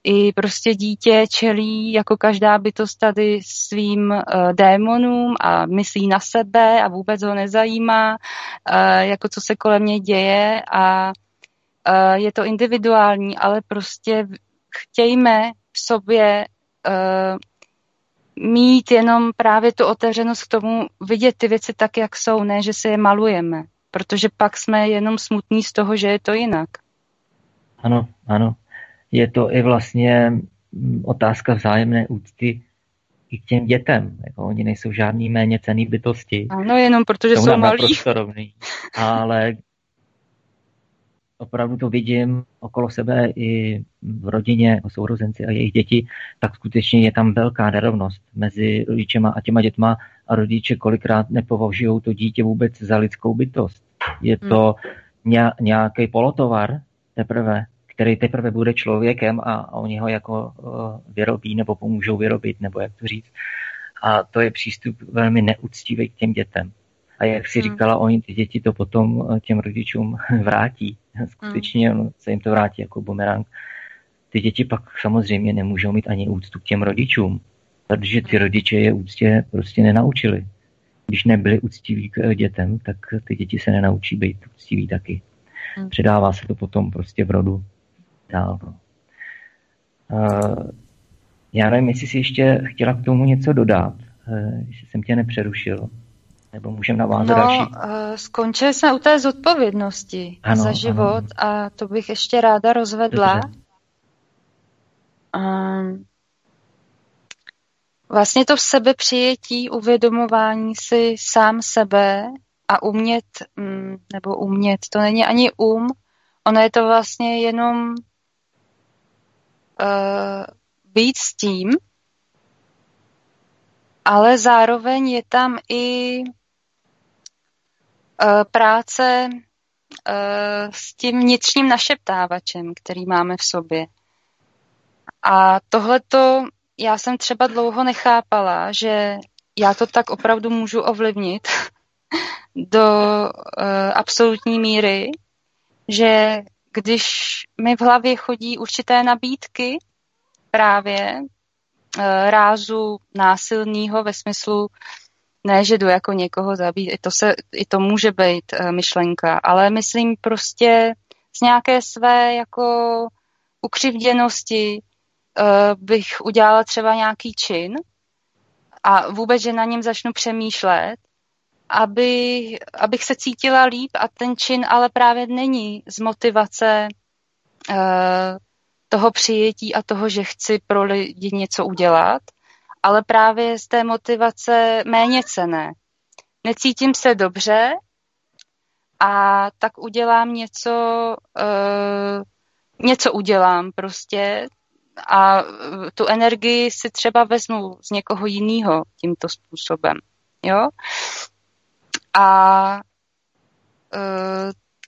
Speaker 3: I prostě dítě čelí jako každá bytost tady svým uh, démonům a myslí na sebe a vůbec ho nezajímá, uh, jako co se kolem něj děje a uh, je to individuální, ale prostě chtějme v sobě uh, mít jenom právě tu otevřenost k tomu, vidět ty věci tak, jak jsou, ne, že si je malujeme, protože pak jsme jenom smutní z toho, že je to jinak.
Speaker 2: Ano, ano. Je to i vlastně otázka vzájemné úcty i k těm dětem. Jako oni nejsou žádný méně cenný bytosti.
Speaker 3: Ano, jenom protože jsou, jsou malí. Rovný,
Speaker 2: ale opravdu to vidím okolo sebe i v rodině, o sourozenci a jejich děti, tak skutečně je tam velká nerovnost mezi rodičema a těma dětma a rodiče kolikrát nepovažují to dítě vůbec za lidskou bytost. Je to hmm. nějaký polotovar teprve, který teprve bude člověkem a oni ho jako vyrobí nebo pomůžou vyrobit, nebo jak to říct. A to je přístup velmi neúctivý k těm dětem. A jak si říkala, oni ty děti to potom těm rodičům vrátí. Skutečně se jim to vrátí jako bumerang. Ty děti pak samozřejmě nemůžou mít ani úctu k těm rodičům, protože ty rodiče je úctě prostě nenaučili. Když nebyli úctiví k dětem, tak ty děti se nenaučí být úctiví taky. Předává se to potom prostě v rodu dál. Uh, já nevím, jestli si ještě chtěla k tomu něco dodat, uh, jestli jsem tě nepřerušil. Nebo můžeme navázat
Speaker 3: no,
Speaker 2: další?
Speaker 3: Uh, skončili jsme u té zodpovědnosti ano, za život ano. A to bych ještě ráda rozvedla. Um, vlastně to sebepřijetí, uvědomování si sám sebe a umět, um, nebo umět, to není ani um, ono je to vlastně jenom uh, být s tím, ale zároveň je tam i práce s tím vnitřním našeptávačem, který máme v sobě. A tohleto já jsem třeba dlouho nechápala, že já to tak opravdu můžu ovlivnit do absolutní míry, že když mi v hlavě chodí určité nabídky právě rázu násilného ve smyslu ne, že jdu jako někoho zabít, i to, se, i to může být uh, myšlenka, ale myslím prostě z nějaké své jako ukřivděnosti uh, bych udělala třeba nějaký čin a vůbec, že na něm začnu přemýšlet, aby, abych se cítila líp a ten čin ale právě není z motivace uh, toho přijetí a toho, že chci pro lidi něco udělat, ale právě z té motivace méněcenné. Necítím se dobře a tak udělám něco, uh, něco udělám prostě a tu energii si třeba vezmu z někoho jiného tímto způsobem. Jo? A uh,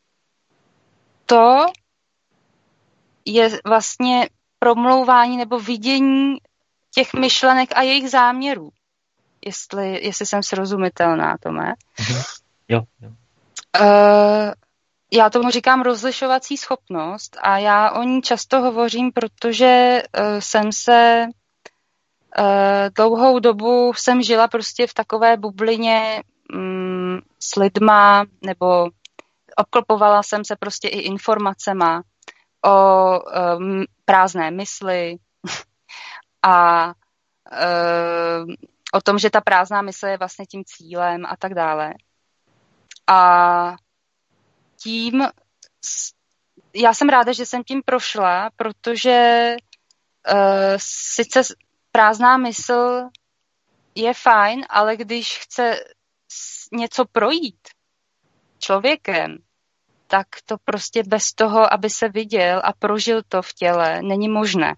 Speaker 3: to je vlastně promlouvání nebo vidění těch myšlenek a jejich záměrů. Jestli, jestli jsem srozumitelná, Tome.
Speaker 2: Mhm. Jo, jo.
Speaker 3: Uh, já tomu říkám rozlišovací schopnost a já o ní často hovořím, protože uh, jsem se uh, dlouhou dobu jsem žila prostě v takové bublině um, s lidma, nebo obklopovala jsem se prostě i informacema o um, prázdné mysli, a uh, o tom, že ta prázdná mysl je vlastně tím cílem a tak dále. A tím, já jsem ráda, že jsem tím prošla, protože uh, sice prázdná mysl je fajn, ale když chce něco projít člověkem, tak to prostě bez toho, aby se viděl a prožil to v těle, není možné.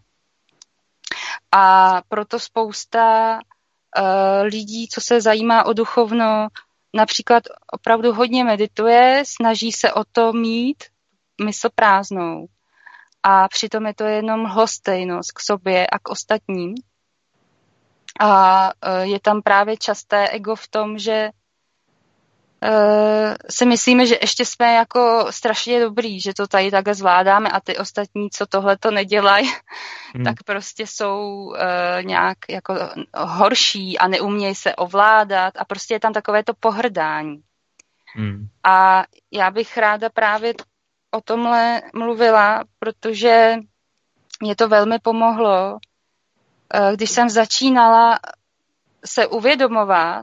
Speaker 3: A proto spousta uh, lidí, co se zajímá o duchovno, například opravdu hodně medituje, snaží se o to mít mysl prázdnou. A přitom je to jenom lhostejnost k sobě a k ostatním. A uh, je tam právě časté ego v tom, že si myslíme, že ještě jsme jako strašně dobrý, že to tady takhle zvládáme a ty ostatní, co tohle to nedělají, hmm. tak prostě jsou uh, nějak jako horší a neumějí se ovládat a prostě je tam takové to pohrdání. Hmm. A já bych ráda právě o tomhle mluvila, protože mě to velmi pomohlo, uh, když jsem začínala se uvědomovat,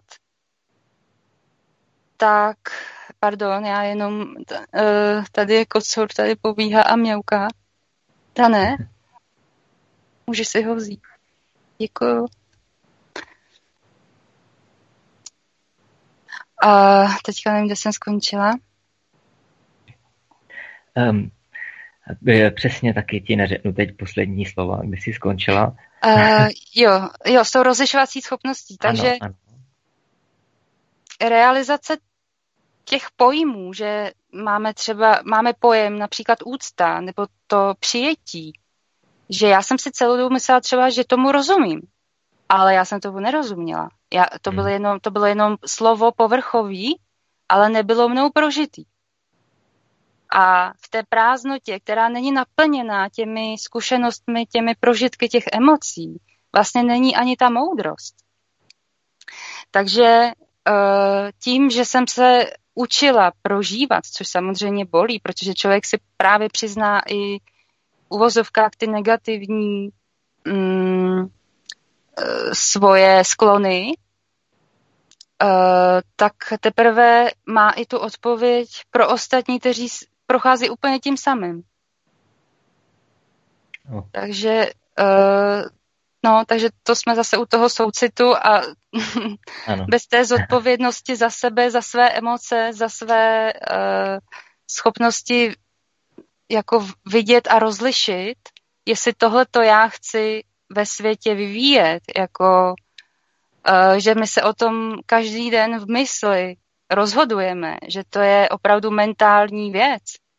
Speaker 3: tak, pardon, já jenom, tady je kocour, tady pobíhá a mňauká. Dané, můžeš si ho vzít. Děkuju. A teďka nevím, kde jsem skončila.
Speaker 2: Um, přesně taky ti neřeknu teď poslední slova, kde jsi skončila.
Speaker 3: Uh, jo, jo, jsou rozlišovací schopností, takže ano, ano. Realizace těch pojmů, že máme třeba, máme pojem například úcta, nebo to přijetí, že já jsem si celou dobu myslela třeba, že tomu rozumím, ale já jsem tomu nerozuměla. Já, to, bylo jenom, to bylo jenom slovo povrchový, ale nebylo mnou prožitý. A v té prázdnotě, která není naplněná těmi zkušenostmi, těmi prožitky těch emocí, vlastně není ani ta moudrost. Takže tím, že jsem se učila prožívat, což samozřejmě bolí, protože člověk si právě přizná i v uvozovkách ty negativní mm, svoje sklony, tak teprve má i tu odpověď pro ostatní, kteří prochází úplně tím samým. No. Takže No, takže to jsme zase u toho soucitu a bez té zodpovědnosti za sebe, za své emoce, za své uh, schopnosti jako vidět a rozlišit, jestli tohleto já chci ve světě vyvíjet, jako uh, že my se o tom každý den v mysli rozhodujeme, že to je opravdu mentální věc.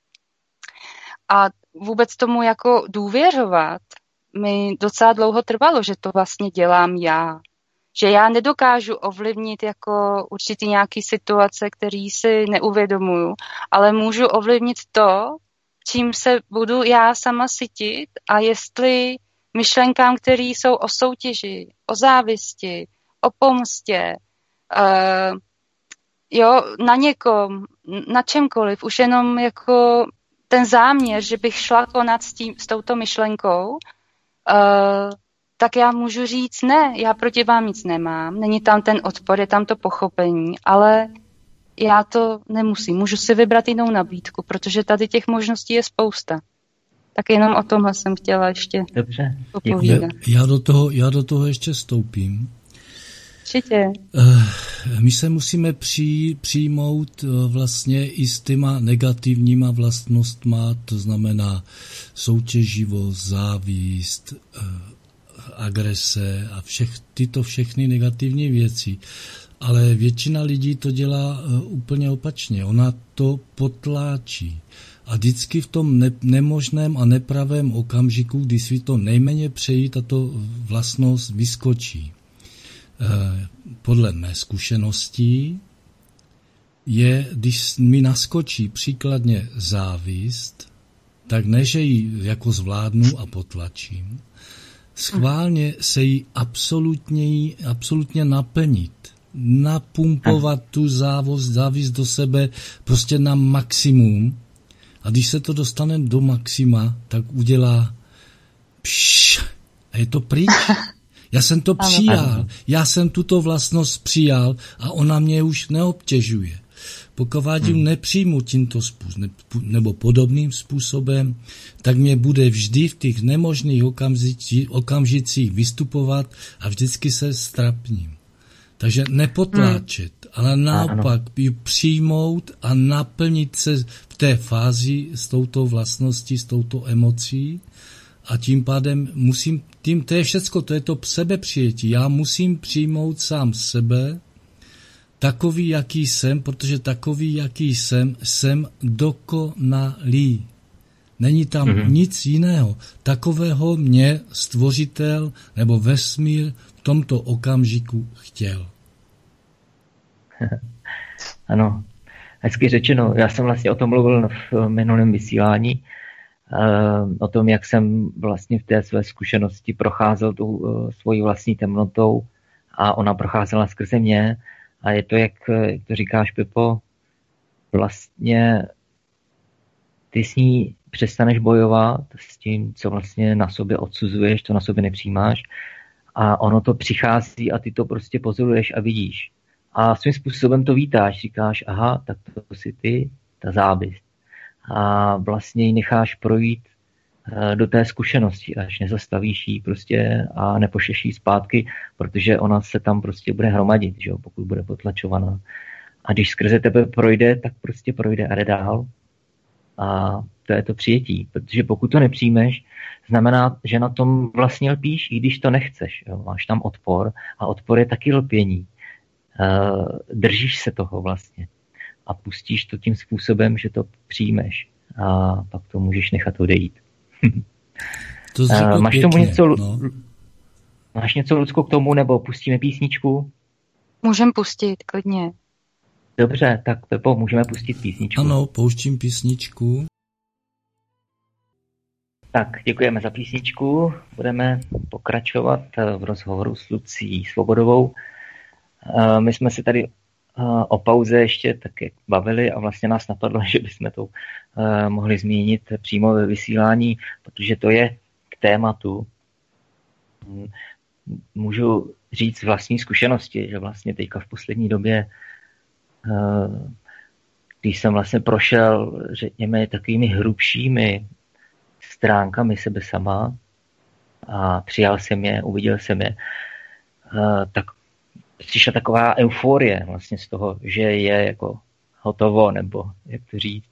Speaker 3: A vůbec tomu jako důvěřovat mi docela dlouho trvalo, že to vlastně dělám já. Že já nedokážu ovlivnit jako určitý nějaký situace, který si neuvědomuju, ale můžu ovlivnit to, čím se budu já sama sytit a jestli myšlenkám, které jsou o soutěži, o závisti, o pomstě, uh, jo, na někom, na čemkoliv, už jenom jako ten záměr, že bych šla konat s, tím, s touto myšlenkou, Uh, tak já můžu říct ne, já proti vám nic nemám, není tam ten odpor, je tam to pochopení, ale já to nemusím, můžu si vybrat jinou nabídku, protože tady těch možností je spousta. Tak jenom o tomhle jsem chtěla ještě
Speaker 2: Dobře,
Speaker 3: popovídat.
Speaker 4: Já do toho, já do toho ještě vstoupím.
Speaker 3: Určitě.
Speaker 4: My se musíme při, přijmout vlastně i s těma negativníma vlastnostma, to znamená soutěživost, závist, agrese a všech, tyto všechny negativní věci. Ale většina lidí to dělá úplně opačně. Ona to potláčí. A vždycky v tom ne, nemožném a nepravém okamžiku, kdy si to nejméně přejí, tato vlastnost vyskočí. Podle mé zkušeností je, když mi naskočí příkladně závist, tak ne, že ji jako zvládnu a potlačím, schválně se jí absolutně, absolutně naplnit, napumpovat tu závost, závist do sebe prostě na maximum a když se to dostane do maxima, tak udělá pš, a je to pryč. Já jsem to přijal, já jsem tuto vlastnost přijal a ona mě už neobtěžuje. Pokud hmm. nepřijmu tímto způsobem nebo podobným způsobem, tak mě bude vždy v těch nemožných okamžicích, okamžicích vystupovat a vždycky se strapním. Takže nepotláčet, hmm. ale naopak ji přijmout a naplnit se v té fázi s touto vlastností, s touto emocí. A tím pádem musím, tím, to je všecko, to je to sebepřijetí. Já musím přijmout sám sebe, takový, jaký jsem, protože takový, jaký jsem, jsem dokonalý. Není tam mm-hmm. nic jiného. Takového mě stvořitel nebo vesmír v tomto okamžiku chtěl.
Speaker 2: ano. Hezky řečeno. Já jsem vlastně o tom mluvil v minulém vysílání, o tom, jak jsem vlastně v té své zkušenosti procházel tou svojí vlastní temnotou a ona procházela skrze mě. A je to, jak, jak to říkáš, Pepo, vlastně ty s ní přestaneš bojovat s tím, co vlastně na sobě odsuzuješ, co na sobě nepřijímáš a ono to přichází a ty to prostě pozoruješ a vidíš. A svým způsobem to vítáš, říkáš, aha, tak to jsi ty, ta závist. A vlastně ji necháš projít do té zkušenosti, až nezastavíš ji prostě a nepošleš ji zpátky, protože ona se tam prostě bude hromadit, že jo, pokud bude potlačovaná. A když skrze tebe projde, tak prostě projde a jde dál. A to je to přijetí, protože pokud to nepřijmeš, znamená, že na tom vlastně lpíš, i když to nechceš. Jo. Máš tam odpor a odpor je taky lpění. Držíš se toho vlastně a pustíš to tím způsobem, že to přijmeš a pak to můžeš nechat odejít.
Speaker 4: To řekl
Speaker 2: máš
Speaker 4: pěkně,
Speaker 2: tomu něco,
Speaker 4: no.
Speaker 2: Máš něco, Lucko, k tomu, nebo pustíme písničku?
Speaker 3: Můžem pustit, klidně.
Speaker 2: Dobře, tak Pepo, můžeme pustit písničku.
Speaker 4: Ano, pouštím písničku.
Speaker 2: Tak, děkujeme za písničku. Budeme pokračovat v rozhovoru s Lucí Svobodovou. My jsme se tady o pauze ještě taky bavili a vlastně nás napadlo, že bychom to mohli zmínit přímo ve vysílání, protože to je k tématu. Můžu říct z vlastní zkušenosti, že vlastně teďka v poslední době, když jsem vlastně prošel, řekněme, takovými hrubšími stránkami sebe sama a přijal jsem je, uviděl jsem je, tak přišla taková euforie vlastně z toho, že je jako hotovo, nebo jak to říct,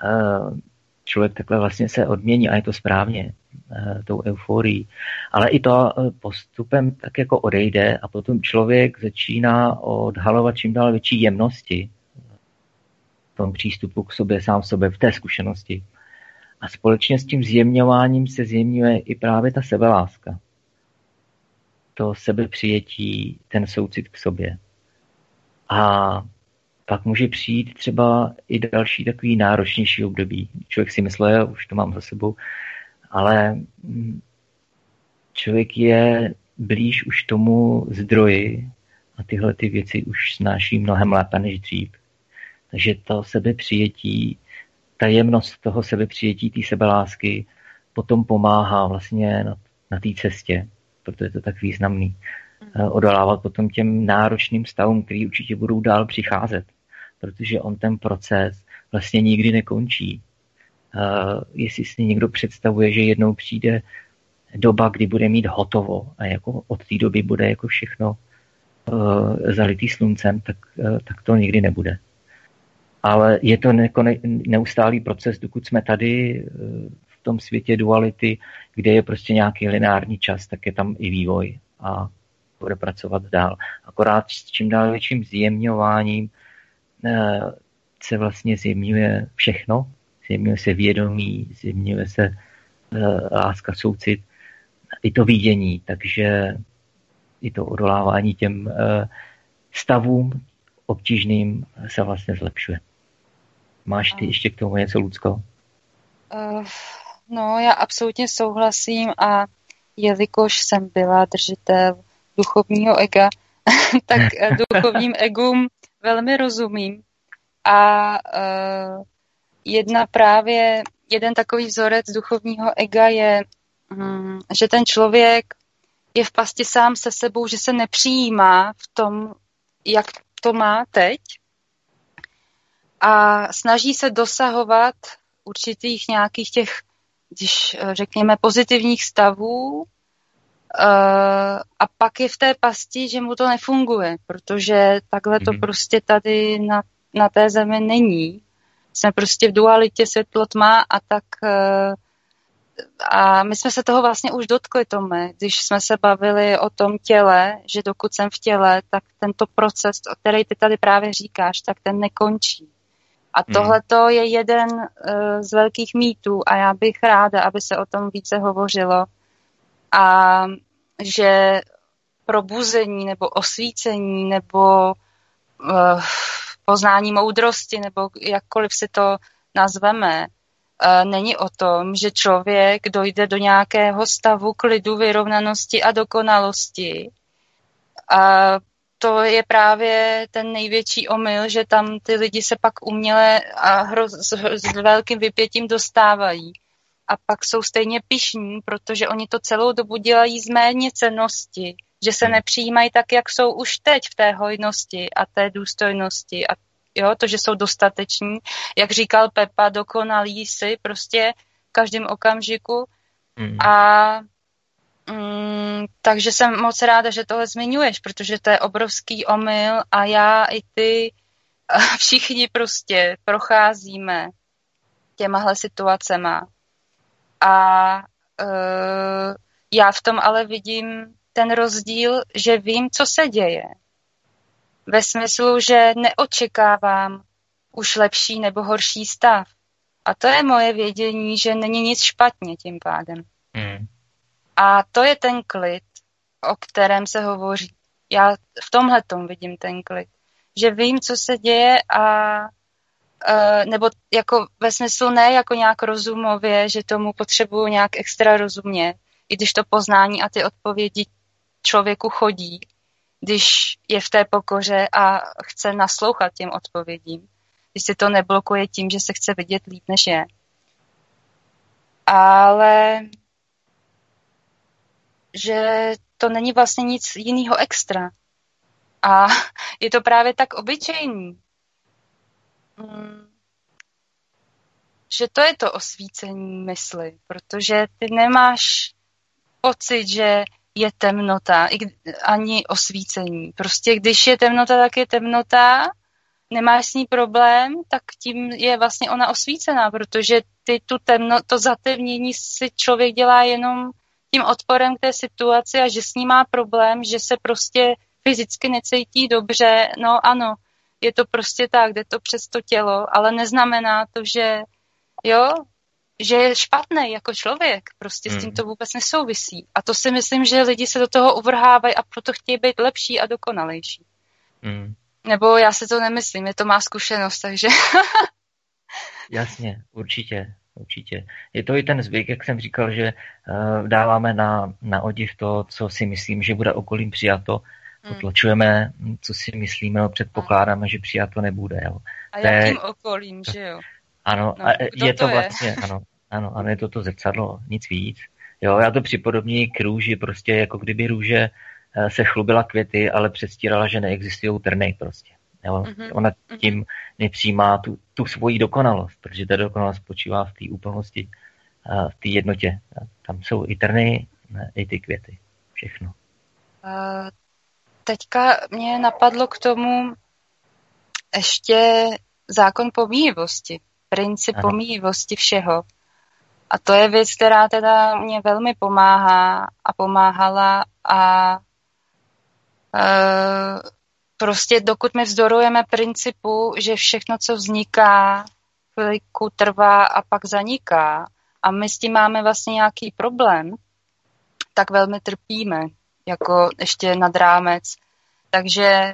Speaker 2: člověk takhle vlastně se odmění a je to správně, tou euforií. Ale i to postupem tak jako odejde a potom člověk začíná odhalovat čím dál větší jemnosti v tom přístupu k sobě, sám sobě, v té zkušenosti. A společně s tím zjemňováním se zjemňuje i právě ta sebeláska. To sebepřijetí, ten soucit k sobě. A pak může přijít třeba i další takový náročnější období. Člověk si myslel, už to mám za sebou, ale člověk je blíž už tomu zdroji a tyhle ty věci už snáší mnohem lépe než dřív. Takže to sebepřijetí, ta jemnost toho sebepřijetí, té sebelásky potom pomáhá vlastně na, na té cestě, protože je to tak významný. Odolávat potom těm náročným stavům, který určitě budou dál přicházet, protože on ten proces vlastně nikdy nekončí. Uh, jestli si někdo představuje, že jednou přijde doba, kdy bude mít hotovo a jako od té doby bude jako všechno uh, zalitý sluncem, tak, uh, tak to nikdy nebude. Ale je to nekone, neustálý proces, dokud jsme tady uh, v tom světě duality, kde je prostě nějaký lineární čas, tak je tam i vývoj a bude pracovat dál. Akorát s čím dál větším zjemňováním uh, se vlastně zjemňuje všechno, zjemňuje se vědomí, zjemňuje se uh, láska, soucit, i to vidění, takže i to odolávání těm uh, stavům obtížným se vlastně zlepšuje. Máš ty ještě k tomu něco, Lucko?
Speaker 3: Uh, no, já absolutně souhlasím a jelikož jsem byla držitel duchovního ega, tak duchovním egům velmi rozumím a uh, jedna právě, jeden takový vzorec duchovního ega je, um, že ten člověk je v pasti sám se sebou, že se nepřijímá v tom, jak to má teď a snaží se dosahovat určitých nějakých těch, když řekněme, pozitivních stavů uh, a pak je v té pasti, že mu to nefunguje, protože takhle to mm. prostě tady na, na té zemi není. Jsme prostě v dualitě světlo tma a tak uh, a my jsme se toho vlastně už dotkli, Tome, když jsme se bavili o tom těle, že dokud jsem v těle, tak tento proces, o který ty tady právě říkáš, tak ten nekončí. A tohleto je jeden uh, z velkých mýtů a já bych ráda, aby se o tom více hovořilo a že probuzení nebo osvícení nebo uh, poznání moudrosti, nebo jakkoliv si to nazveme, není o tom, že člověk dojde do nějakého stavu klidu, vyrovnanosti a dokonalosti. A to je právě ten největší omyl, že tam ty lidi se pak uměle a hroz, s velkým vypětím dostávají. A pak jsou stejně pyšní, protože oni to celou dobu dělají z méněcennosti, že se nepřijímají tak, jak jsou už teď v té hojnosti a té důstojnosti. A jo, to, že jsou dostateční, jak říkal Pepa, dokonalí si prostě v každém okamžiku. Mm. A mm, takže jsem moc ráda, že tohle zmiňuješ, protože to je obrovský omyl a já i ty a všichni prostě procházíme těmahle situacema. A uh, já v tom ale vidím ten rozdíl, že vím, co se děje. Ve smyslu, že neočekávám už lepší nebo horší stav. A to je moje vědění, že není nic špatně tím pádem. Mm. A to je ten klid, o kterém se hovoří. Já v tomhletom vidím ten klid. Že vím, co se děje a uh, nebo jako ve smyslu ne jako nějak rozumově, že tomu potřebuju nějak extra rozumět, i když to poznání a ty odpovědi člověku chodí, když je v té pokoře a chce naslouchat těm odpovědím. Když si to neblokuje tím, že se chce vidět líp, než je. Ale že to není vlastně nic jiného extra. A je to právě tak obyčejný, že to je to osvícení mysli, protože ty nemáš pocit, že je temnota, ani osvícení. Prostě když je temnota, tak je temnota, nemáš s ní problém, tak tím je vlastně ona osvícená, protože ty tu temno, to zatemnění si člověk dělá jenom tím odporem k té situaci a že s ní má problém, že se prostě fyzicky necítí dobře, no ano, je to prostě tak, jde to přes to tělo, ale neznamená to, že jo, že je špatný jako člověk. Prostě mm. s tím to vůbec nesouvisí. A to si myslím, že lidi se do toho uvrhávají a proto chtějí být lepší a dokonalejší. Mm. Nebo já si to nemyslím, je to má zkušenost, takže...
Speaker 2: Jasně, určitě, určitě. Je to i ten zvyk, jak jsem říkal, že uh, dáváme na, na odiv to, co si myslím, že bude okolím přijato. Mm. Potlačujeme, co si myslíme, no, předpokládáme, že přijato nebude. Jo.
Speaker 3: A jakým okolím, že jo?
Speaker 2: Ano,
Speaker 3: no,
Speaker 2: a je to,
Speaker 3: to
Speaker 2: vlastně, je? ano, ano, ano, je to to zrcadlo, nic víc. Jo, já to připodobňuji k růži, prostě jako kdyby růže se chlubila květy, ale předstírala, že neexistují trny prostě. Jo. Mm-hmm. Ona tím nepřijímá tu, tu svoji dokonalost, protože ta dokonalost spočívá v té úplnosti, v té jednotě. Tam jsou i trny, i ty květy, všechno.
Speaker 3: Uh, teďka mě napadlo k tomu ještě zákon pomíjivosti, princip ano. pomíjivosti všeho. A to je věc, která teda mě velmi pomáhá a pomáhala a e, prostě dokud my vzdorujeme principu, že všechno, co vzniká, chvilku trvá a pak zaniká a my s tím máme vlastně nějaký problém, tak velmi trpíme, jako ještě nad rámec. Takže e,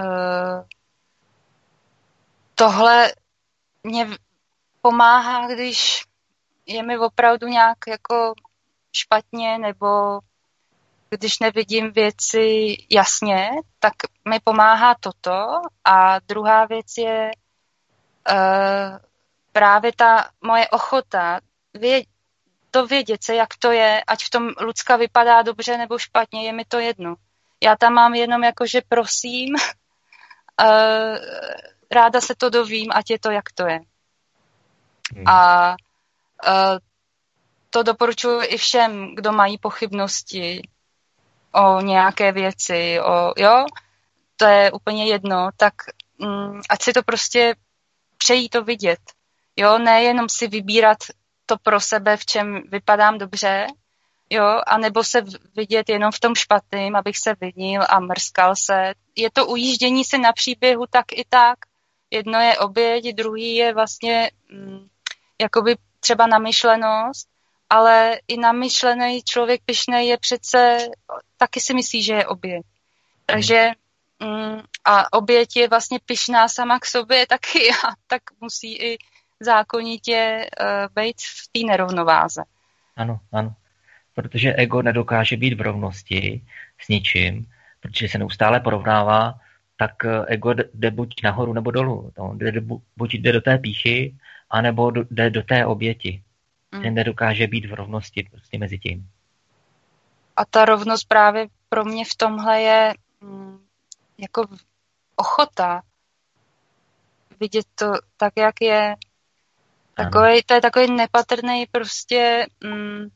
Speaker 3: tohle mě pomáhá, když je mi opravdu nějak jako špatně, nebo když nevidím věci jasně, tak mi pomáhá toto. A druhá věc je uh, právě ta moje ochota věd, dovědět se, jak to je, ať v tom Lucka vypadá dobře nebo špatně, je mi to jedno. Já tam mám jenom jako, že prosím, uh, ráda se to dovím, ať je to, jak to je. Hmm. A uh, to doporučuji i všem, kdo mají pochybnosti o nějaké věci, o, jo, to je úplně jedno, tak um, ať si to prostě přejí to vidět. Jo, nejenom si vybírat to pro sebe, v čem vypadám dobře, jo, anebo se vidět jenom v tom špatným, abych se vinil a mrskal se. Je to ujíždění se na příběhu tak i tak. Jedno je oběť, druhý je vlastně mm, jakoby třeba namyšlenost, ale i namyšlený člověk pyšnej je přece, taky si myslí, že je oběť. Takže mm, a oběť je vlastně pyšná sama k sobě taky a tak musí i zákonitě uh, být v té nerovnováze.
Speaker 2: Ano, ano. Protože ego nedokáže být v rovnosti s ničím, protože se neustále porovnává, tak ego jde buď nahoru nebo dolů. No, jde, buď jde do té pýchy, anebo jde do té oběti. Mm. Ten nedokáže být v rovnosti prostě mezi tím.
Speaker 3: A ta rovnost právě pro mě v tomhle je mm, jako ochota vidět to tak, jak je. Takový, to je takový nepatrný prostě... Mm,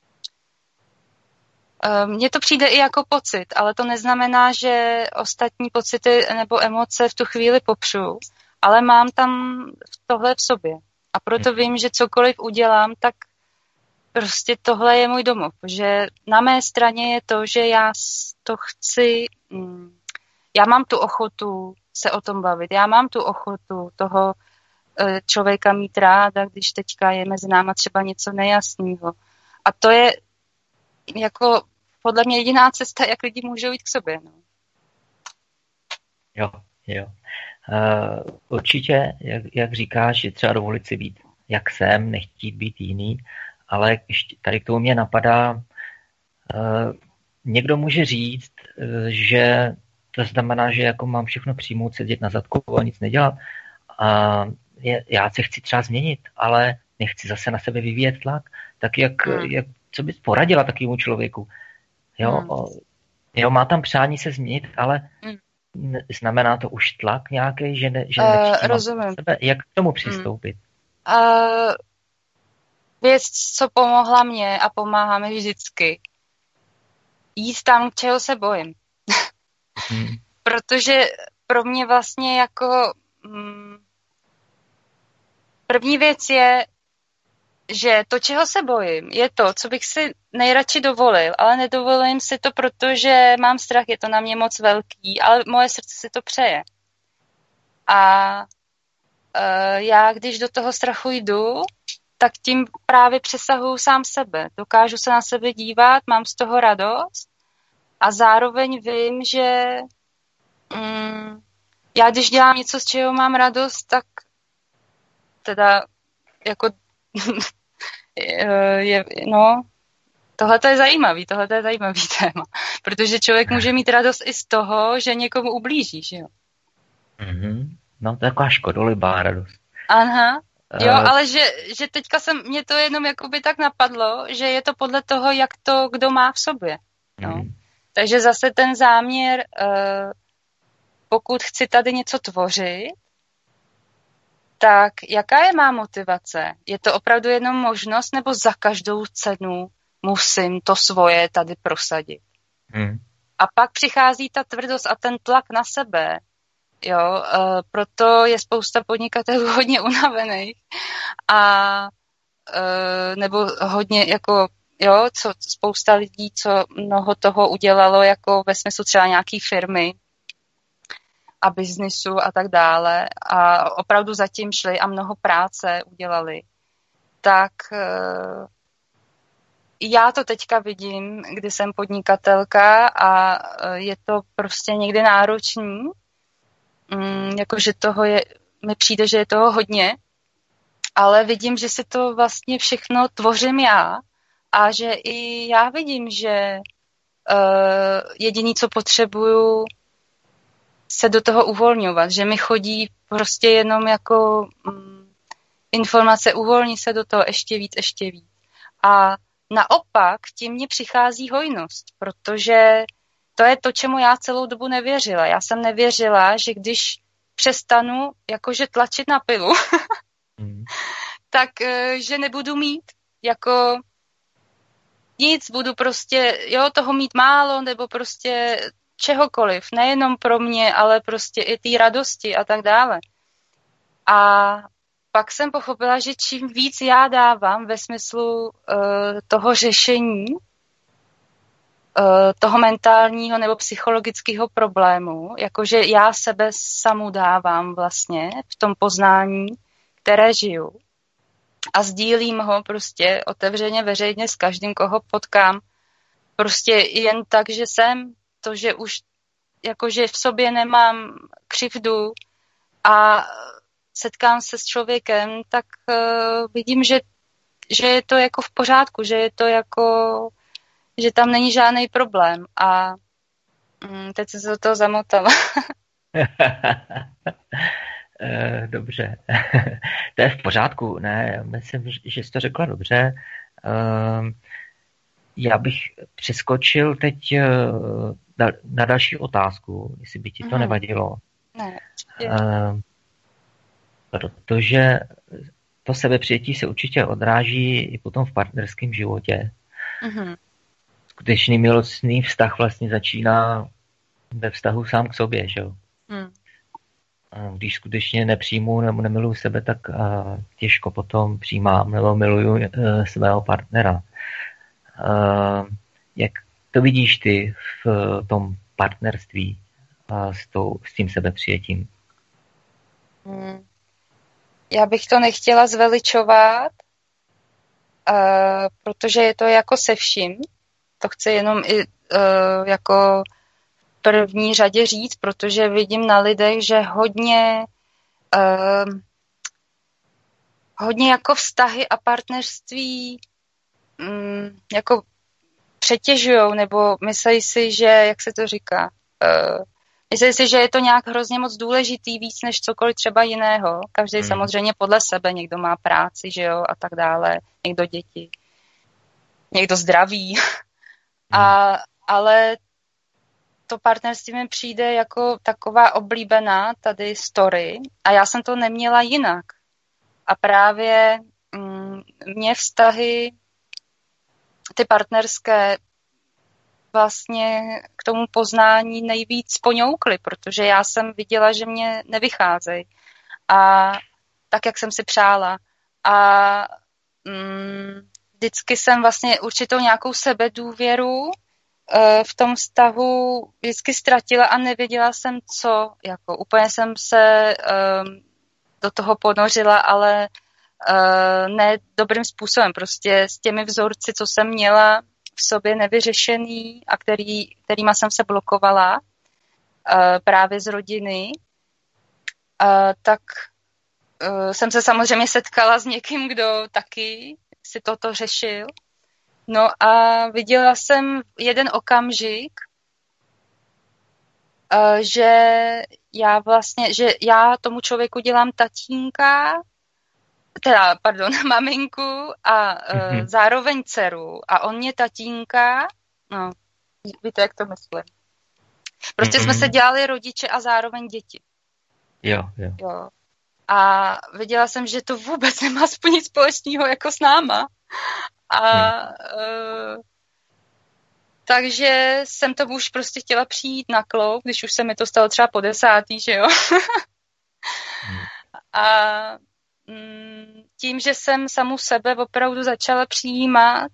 Speaker 3: mně to přijde i jako pocit, ale to neznamená, že ostatní pocity nebo emoce v tu chvíli popřu, ale mám tam tohle v sobě. A proto vím, že cokoliv udělám, tak prostě tohle je můj domov. Že na mé straně je to, že já to chci, já mám tu ochotu se o tom bavit, já mám tu ochotu toho člověka mít ráda, když teďka je mezi náma třeba něco nejasného. A to je jako podle mě jediná cesta, jak lidi můžou jít k sobě. No.
Speaker 2: Jo, jo. Uh, určitě, jak, jak říkáš, je třeba dovolit si být, jak jsem, nechtít být jiný, ale ještě tady k tomu mě napadá, uh, někdo může říct, uh, že to znamená, že jako mám všechno přijmout, sedět na zadku a nic nedělat. A je, já se chci třeba změnit, ale nechci zase na sebe vyvíjet tlak. Tak jak, hmm. jak co bys poradila takovému člověku? Jo, hmm. jo, má tam přání se změnit, ale hmm. znamená to už tlak nějaký, že, ne, že
Speaker 3: uh, rozumím.
Speaker 2: Sebe? Jak k tomu přistoupit?
Speaker 3: Uh, věc, co pomohla mně a pomáhá mi vždycky, jít tam, čeho se bojím. hmm. Protože pro mě vlastně jako mm, první věc je, že to, čeho se bojím, je to, co bych si nejradši dovolil, ale nedovolím si to, protože mám strach, je to na mě moc velký, ale moje srdce si to přeje. A uh, já, když do toho strachu jdu, tak tím právě přesahuju sám sebe. Dokážu se na sebe dívat, mám z toho radost a zároveň vím, že um, já, když dělám něco, z čeho mám radost, tak teda jako je, no, tohle je zajímavý, tohle je zajímavý téma, protože člověk může mít radost i z toho, že někomu ublíží, že jo?
Speaker 2: Mm-hmm. No, to je taková škodolibá radost.
Speaker 3: Aha, jo, uh... ale že, že teďka jsem, mě to jenom jakoby tak napadlo, že je to podle toho, jak to kdo má v sobě, no. Mm. Takže zase ten záměr, uh, pokud chci tady něco tvořit, tak jaká je má motivace? Je to opravdu jenom možnost, nebo za každou cenu musím to svoje tady prosadit? Hmm. A pak přichází ta tvrdost a ten tlak na sebe. Jo, uh, proto je spousta podnikatelů hodně unavených a uh, nebo hodně jako, jo, co spousta lidí, co mnoho toho udělalo, jako ve smyslu třeba nějaký firmy a biznisu a tak dále a opravdu zatím šli a mnoho práce udělali, tak uh, já to teďka vidím, kdy jsem podnikatelka a uh, je to prostě někdy náročný, um, jakože toho je, mi přijde, že je toho hodně, ale vidím, že si to vlastně všechno tvořím já a že i já vidím, že uh, jediný, co potřebuju, se do toho uvolňovat, že mi chodí prostě jenom jako mm, informace, uvolní se do toho ještě víc, ještě víc. A naopak tím mě přichází hojnost, protože to je to, čemu já celou dobu nevěřila. Já jsem nevěřila, že když přestanu jakože tlačit na pilu, mm. tak že nebudu mít jako nic, budu prostě, jo, toho mít málo, nebo prostě čehokoliv, nejenom pro mě, ale prostě i té radosti a tak dále. A pak jsem pochopila, že čím víc já dávám ve smyslu uh, toho řešení, uh, toho mentálního nebo psychologického problému, jakože já sebe samu dávám vlastně v tom poznání, které žiju. A sdílím ho prostě otevřeně, veřejně s každým, koho potkám. Prostě jen tak, že jsem to, že už jakože v sobě nemám křivdu a setkám se s člověkem, tak uh, vidím, že, že je to jako v pořádku, že je to jako, že tam není žádný problém. A um, teď jsem se do toho zamotala.
Speaker 2: Dobře. To je v pořádku, ne? Myslím, že jsi to řekla dobře. Já bych přeskočil teď na další otázku, jestli by ti to nevadilo.
Speaker 3: Ne,
Speaker 2: Protože to sebepřijetí se určitě odráží i potom v partnerském životě. Mm-hmm. Skutečný milostný vztah vlastně začíná ve vztahu sám k sobě, že jo? Mm. Když skutečně nepřijmu nebo nemiluji sebe, tak těžko potom přijímám nebo miluju svého partnera. Jak to vidíš ty v tom partnerství s, tou, s tím sebepřijetím?
Speaker 3: Hmm. Já bych to nechtěla zveličovat, uh, protože je to jako se vším. To chci jenom i uh, jako v první řadě říct, protože vidím na lidech, že hodně uh, hodně jako vztahy a partnerství um, jako přetěžujou, nebo myslí si, že, jak se to říká, uh, myslí si, že je to nějak hrozně moc důležitý, víc než cokoliv třeba jiného. Každý hmm. samozřejmě podle sebe, někdo má práci, že jo, a tak dále, někdo děti, někdo zdraví. Hmm. A, ale to partnerství mi přijde jako taková oblíbená tady story a já jsem to neměla jinak. A právě mm, mě vztahy ty partnerské vlastně k tomu poznání nejvíc poňoukly, protože já jsem viděla, že mě nevycházejí. A tak, jak jsem si přála. A mm, vždycky jsem vlastně určitou nějakou sebedůvěru e, v tom vztahu vždycky ztratila a nevěděla jsem, co. Jako, úplně jsem se e, do toho ponořila, ale e, ne dobrým způsobem. Prostě s těmi vzorci, co jsem měla v sobě nevyřešený a který, kterýma jsem se blokovala uh, právě z rodiny, uh, tak uh, jsem se samozřejmě setkala s někým, kdo taky si toto řešil. No a viděla jsem jeden okamžik, uh, že já vlastně, že já tomu člověku dělám tatínka, teda, pardon, maminku a mm-hmm. uh, zároveň dceru a on mě tatínka, no, víte, jak to myslím. Prostě mm-hmm. jsme se dělali rodiče a zároveň děti.
Speaker 2: Jo, jo.
Speaker 3: jo. A viděla jsem, že to vůbec nemá spolu nic společného jako s náma. A mm. uh, takže jsem to už prostě chtěla přijít na kloub, když už se mi to stalo třeba po desátý, že jo. mm. A tím, že jsem samu sebe opravdu začala přijímat,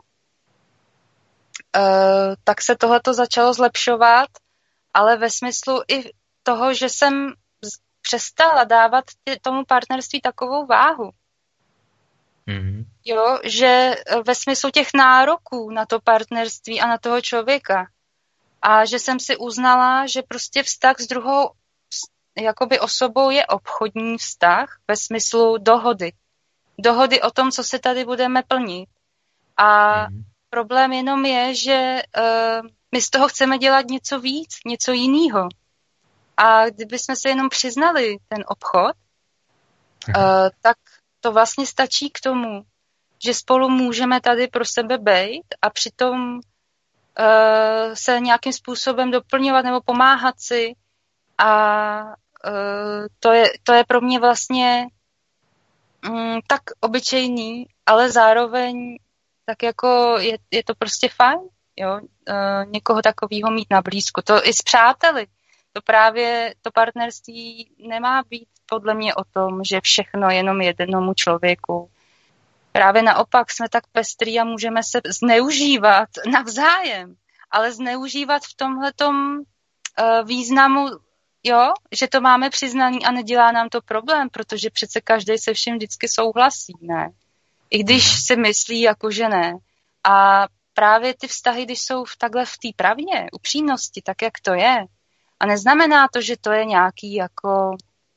Speaker 3: tak se tohleto začalo zlepšovat, ale ve smyslu i toho, že jsem přestala dávat tomu partnerství takovou váhu. Mm-hmm. Jo, že ve smyslu těch nároků na to partnerství a na toho člověka. A že jsem si uznala, že prostě vztah s druhou jakoby osobou je obchodní vztah ve smyslu dohody. Dohody o tom, co se tady budeme plnit. A mm. problém jenom je, že uh, my z toho chceme dělat něco víc, něco jiného. A kdybychom se jenom přiznali ten obchod, uh, tak to vlastně stačí k tomu, že spolu můžeme tady pro sebe bejt a přitom uh, se nějakým způsobem doplňovat nebo pomáhat si. A uh, to, je, to je pro mě vlastně um, tak obyčejný, ale zároveň tak jako je, je to prostě fajn, jo? Uh, někoho takového mít na blízku. To i s přáteli. To právě, to partnerství nemá být podle mě o tom, že všechno jenom jednomu člověku. Právě naopak jsme tak pestrý a můžeme se zneužívat navzájem, ale zneužívat v tomhletom uh, významu, jo, že to máme přiznaný a nedělá nám to problém, protože přece každý se vším vždycky souhlasí, ne? I když si myslí, jako že ne. A právě ty vztahy, když jsou v takhle v té pravdě, upřímnosti, tak jak to je, A neznamená to, že to je nějaký jako,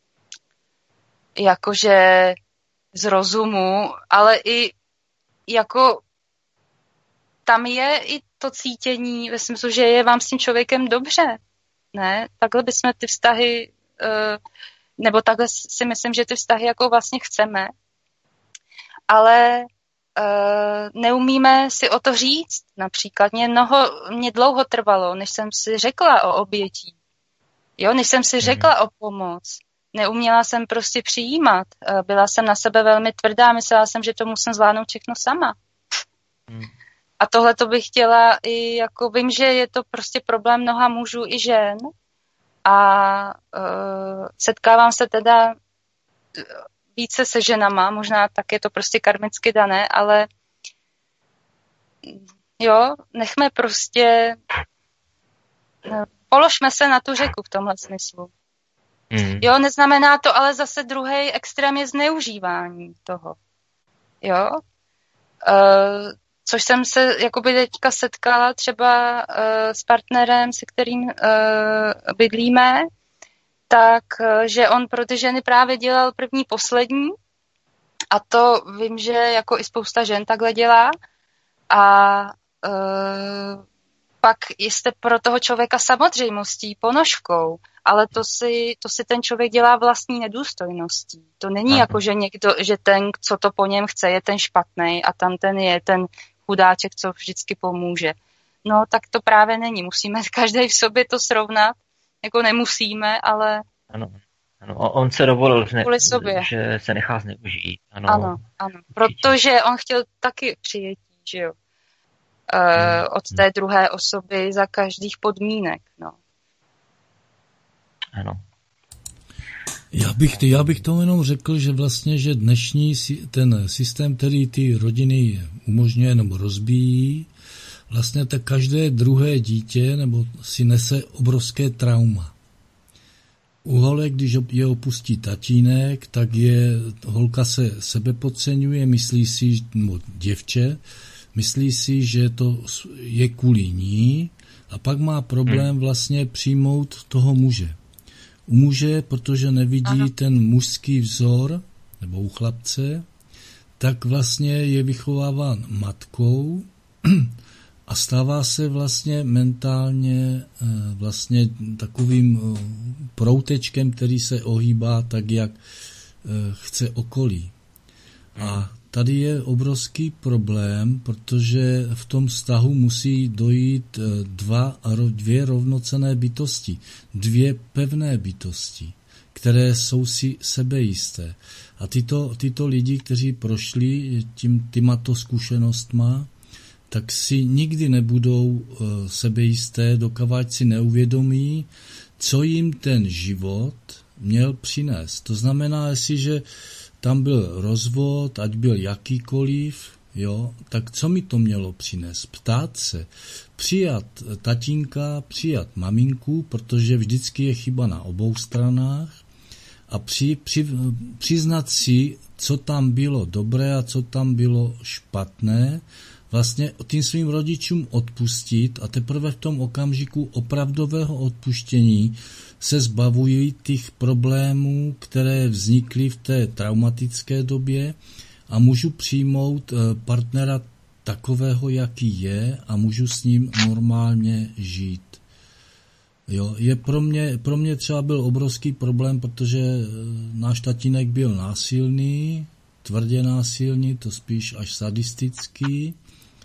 Speaker 3: jakože z rozumu, ale i jako tam je i to cítění ve smyslu, že je vám s tím člověkem dobře. Ne? Takhle bychom ty vztahy, nebo takhle si myslím, že ty vztahy jako vlastně chceme, ale neumíme si o to říct. Například mě, mnoho, mě dlouho trvalo, než jsem si řekla o obětí. Jo, než jsem si řekla o pomoc. Neuměla jsem prostě přijímat. Byla jsem na sebe velmi tvrdá, myslela jsem, že to musím zvládnout všechno sama. Hmm. A tohle to bych chtěla i, jako vím, že je to prostě problém mnoha mužů i žen a uh, setkávám se teda více se ženama, možná tak je to prostě karmicky dané, ale jo, nechme prostě, položme se na tu řeku v tomhle smyslu. Mm. Jo, neznamená to, ale zase druhý extrém je zneužívání toho. Jo, uh, což jsem se jakoby teďka setkala třeba uh, s partnerem, se kterým uh, bydlíme, tak, že on pro ty ženy právě dělal první, poslední a to vím, že jako i spousta žen takhle dělá a e, pak jste pro toho člověka samozřejmostí, ponožkou, ale to si, to si ten člověk dělá vlastní nedůstojností. To není Aha. jako, že někdo, že ten, co to po něm chce, je ten špatnej a tam ten je ten chudáček, co vždycky pomůže. No tak to právě není. Musíme každý v sobě to srovnat. Jako nemusíme, ale...
Speaker 2: Ano, ano. On se dovolil, ne, že se nechá zneužít. Ano,
Speaker 3: ano, ano. Protože on chtěl taky přijetí, že jo. E, hmm. Od té druhé osoby za každých podmínek, no.
Speaker 2: Ano.
Speaker 4: Já bych, já bych tomu jenom řekl, že vlastně, že dnešní ten systém, který ty rodiny umožňuje nebo rozbíjí, vlastně tak každé druhé dítě nebo si nese obrovské trauma. U holek, když je opustí tatínek, tak je, holka se sebepodceňuje, myslí si, nebo děvče, myslí si, že to je kvůli ní a pak má problém vlastně přijmout toho muže. U muže, protože nevidí Aha. ten mužský vzor, nebo u chlapce, tak vlastně je vychováván matkou a stává se vlastně mentálně vlastně takovým proutečkem, který se ohýbá tak, jak chce okolí. A tady je obrovský problém, protože v tom vztahu musí dojít dva, dvě rovnocenné bytosti, dvě pevné bytosti, které jsou si sebejisté. A tyto, tyto lidi, kteří prošli tím, tymato zkušenostma, tak si nikdy nebudou uh, sebejisté, dokud si neuvědomí, co jim ten život měl přinést. To znamená, jestliže tam byl rozvod, ať byl jakýkoliv, jo, tak co mi to mělo přinést? Ptát se, přijat tatínka, přijat maminku, protože vždycky je chyba na obou stranách a při, při, přiznat si, co tam bylo dobré a co tam bylo špatné, vlastně tím svým rodičům odpustit a teprve v tom okamžiku opravdového odpuštění se zbavují těch problémů, které vznikly v té traumatické době a můžu přijmout partnera takového, jaký je a můžu s ním normálně žít. Jo, je pro mě, pro mě třeba byl obrovský problém, protože náš tatínek byl násilný, tvrdě násilný, to spíš až sadistický.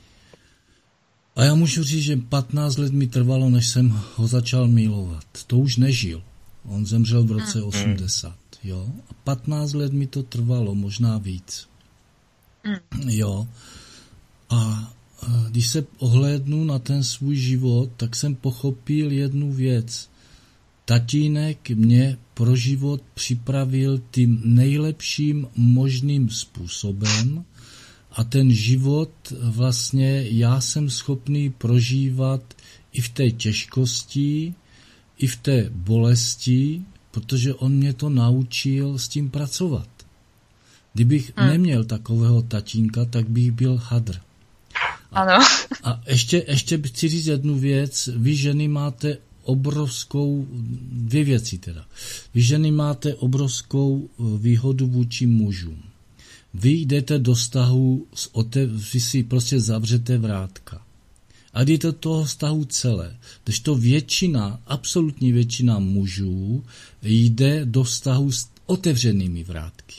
Speaker 4: A já můžu říct, že patnáct let mi trvalo, než jsem ho začal milovat. To už nežil. On zemřel v roce osmdesát. Jo? A patnáct let mi to trvalo, možná víc. Jo. A když se ohlédnu na ten svůj život, tak jsem pochopil jednu věc. Tatínek mě pro život připravil tím nejlepším možným způsobem a ten život vlastně já jsem schopný prožívat i v té těžkosti, i v té bolesti, protože on mě to naučil s tím pracovat. Kdybych hmm. neměl takového tatínka, tak bych byl hadr. A,
Speaker 3: ano.
Speaker 4: a ještě, ještě chci říct jednu věc. Vy ženy máte obrovskou, dvě věci teda. Vy ženy máte obrovskou výhodu vůči mužům. Vy jdete do vztahu, s otev, vy si prostě zavřete vrátka. A jdete do toho vztahu celé. Když to většina, absolutní většina mužů jde do vztahu s otevřenými vrátky.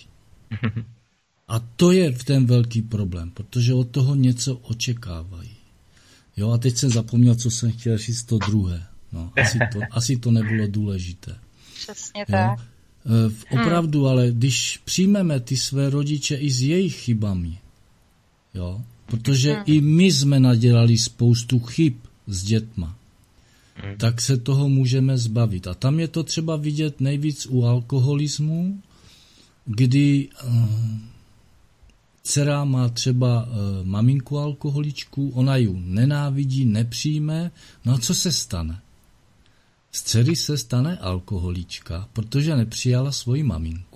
Speaker 4: A to je ten velký problém, protože od toho něco očekávají. Jo, a teď jsem zapomněl, co jsem chtěl říct to druhé. No, asi to, asi to nebylo důležité.
Speaker 3: Přesně tak.
Speaker 4: E, opravdu, hmm. ale když přijmeme ty své rodiče i s jejich chybami, jo, protože hmm. i my jsme nadělali spoustu chyb s dětma, hmm. tak se toho můžeme zbavit. A tam je to třeba vidět nejvíc u alkoholismu, kdy uh, dcera má třeba uh, maminku alkoholičku, ona ji nenávidí, nepřijme, no a co se stane? Z dcery se stane alkoholička, protože nepřijala svoji maminku.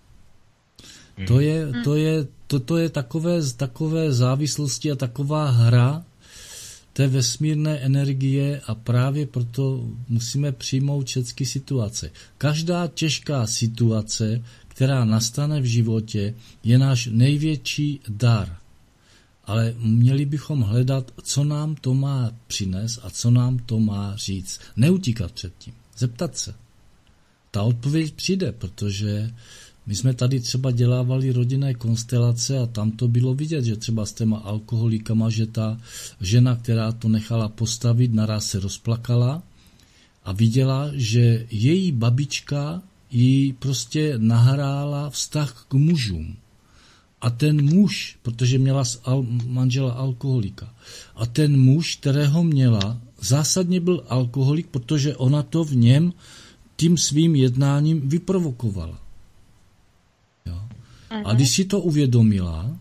Speaker 4: Hmm. To je, to je, toto je takové, takové závislosti a taková hra té vesmírné energie a právě proto musíme přijmout všechny situace. Každá těžká situace, která nastane v životě, je náš největší dar. Ale měli bychom hledat, co nám to má přinést a co nám to má říct. Neutíkat před tím, zeptat se. Ta odpověď přijde, protože my jsme tady třeba dělávali rodinné konstelace a tam to bylo vidět, že třeba s těma alkoholikama, že ta žena, která to nechala postavit, naraz se rozplakala a viděla, že její babička jí prostě nahrála vztah k mužům. A ten muž, protože měla al, manžela alkoholika, a ten muž, kterého měla, zásadně byl alkoholik, protože ona to v něm tím svým jednáním vyprovokovala. Jo. A když si to uvědomila,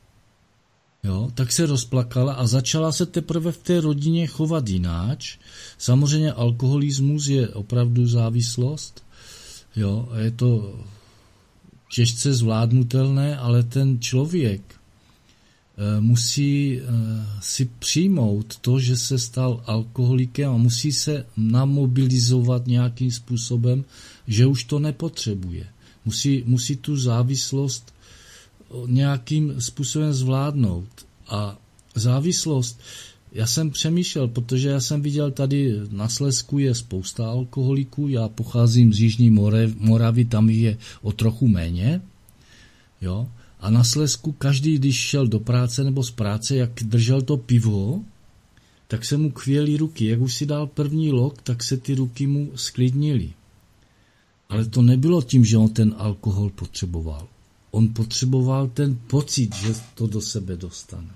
Speaker 4: jo, tak se rozplakala a začala se teprve v té rodině chovat jináč. Samozřejmě alkoholismus je opravdu závislost. Jo, je to těžce zvládnutelné, ale ten člověk e, musí e, si přijmout to, že se stal alkoholikem a musí se namobilizovat nějakým způsobem, že už to nepotřebuje. Musí, musí tu závislost nějakým způsobem zvládnout. A závislost, já jsem přemýšlel, protože já jsem viděl tady na Slezsku je spousta alkoholiků, já pocházím z Jižní Moravy, tam je o trochu méně, jo, a na Slezsku každý, když šel do práce nebo z práce, jak držel to pivo, tak se mu kvěly ruky. Jak už si dal první lok, tak se ty ruky mu sklidnily. Ale to nebylo tím, že on ten alkohol potřeboval. On potřeboval ten pocit, že to do sebe dostane.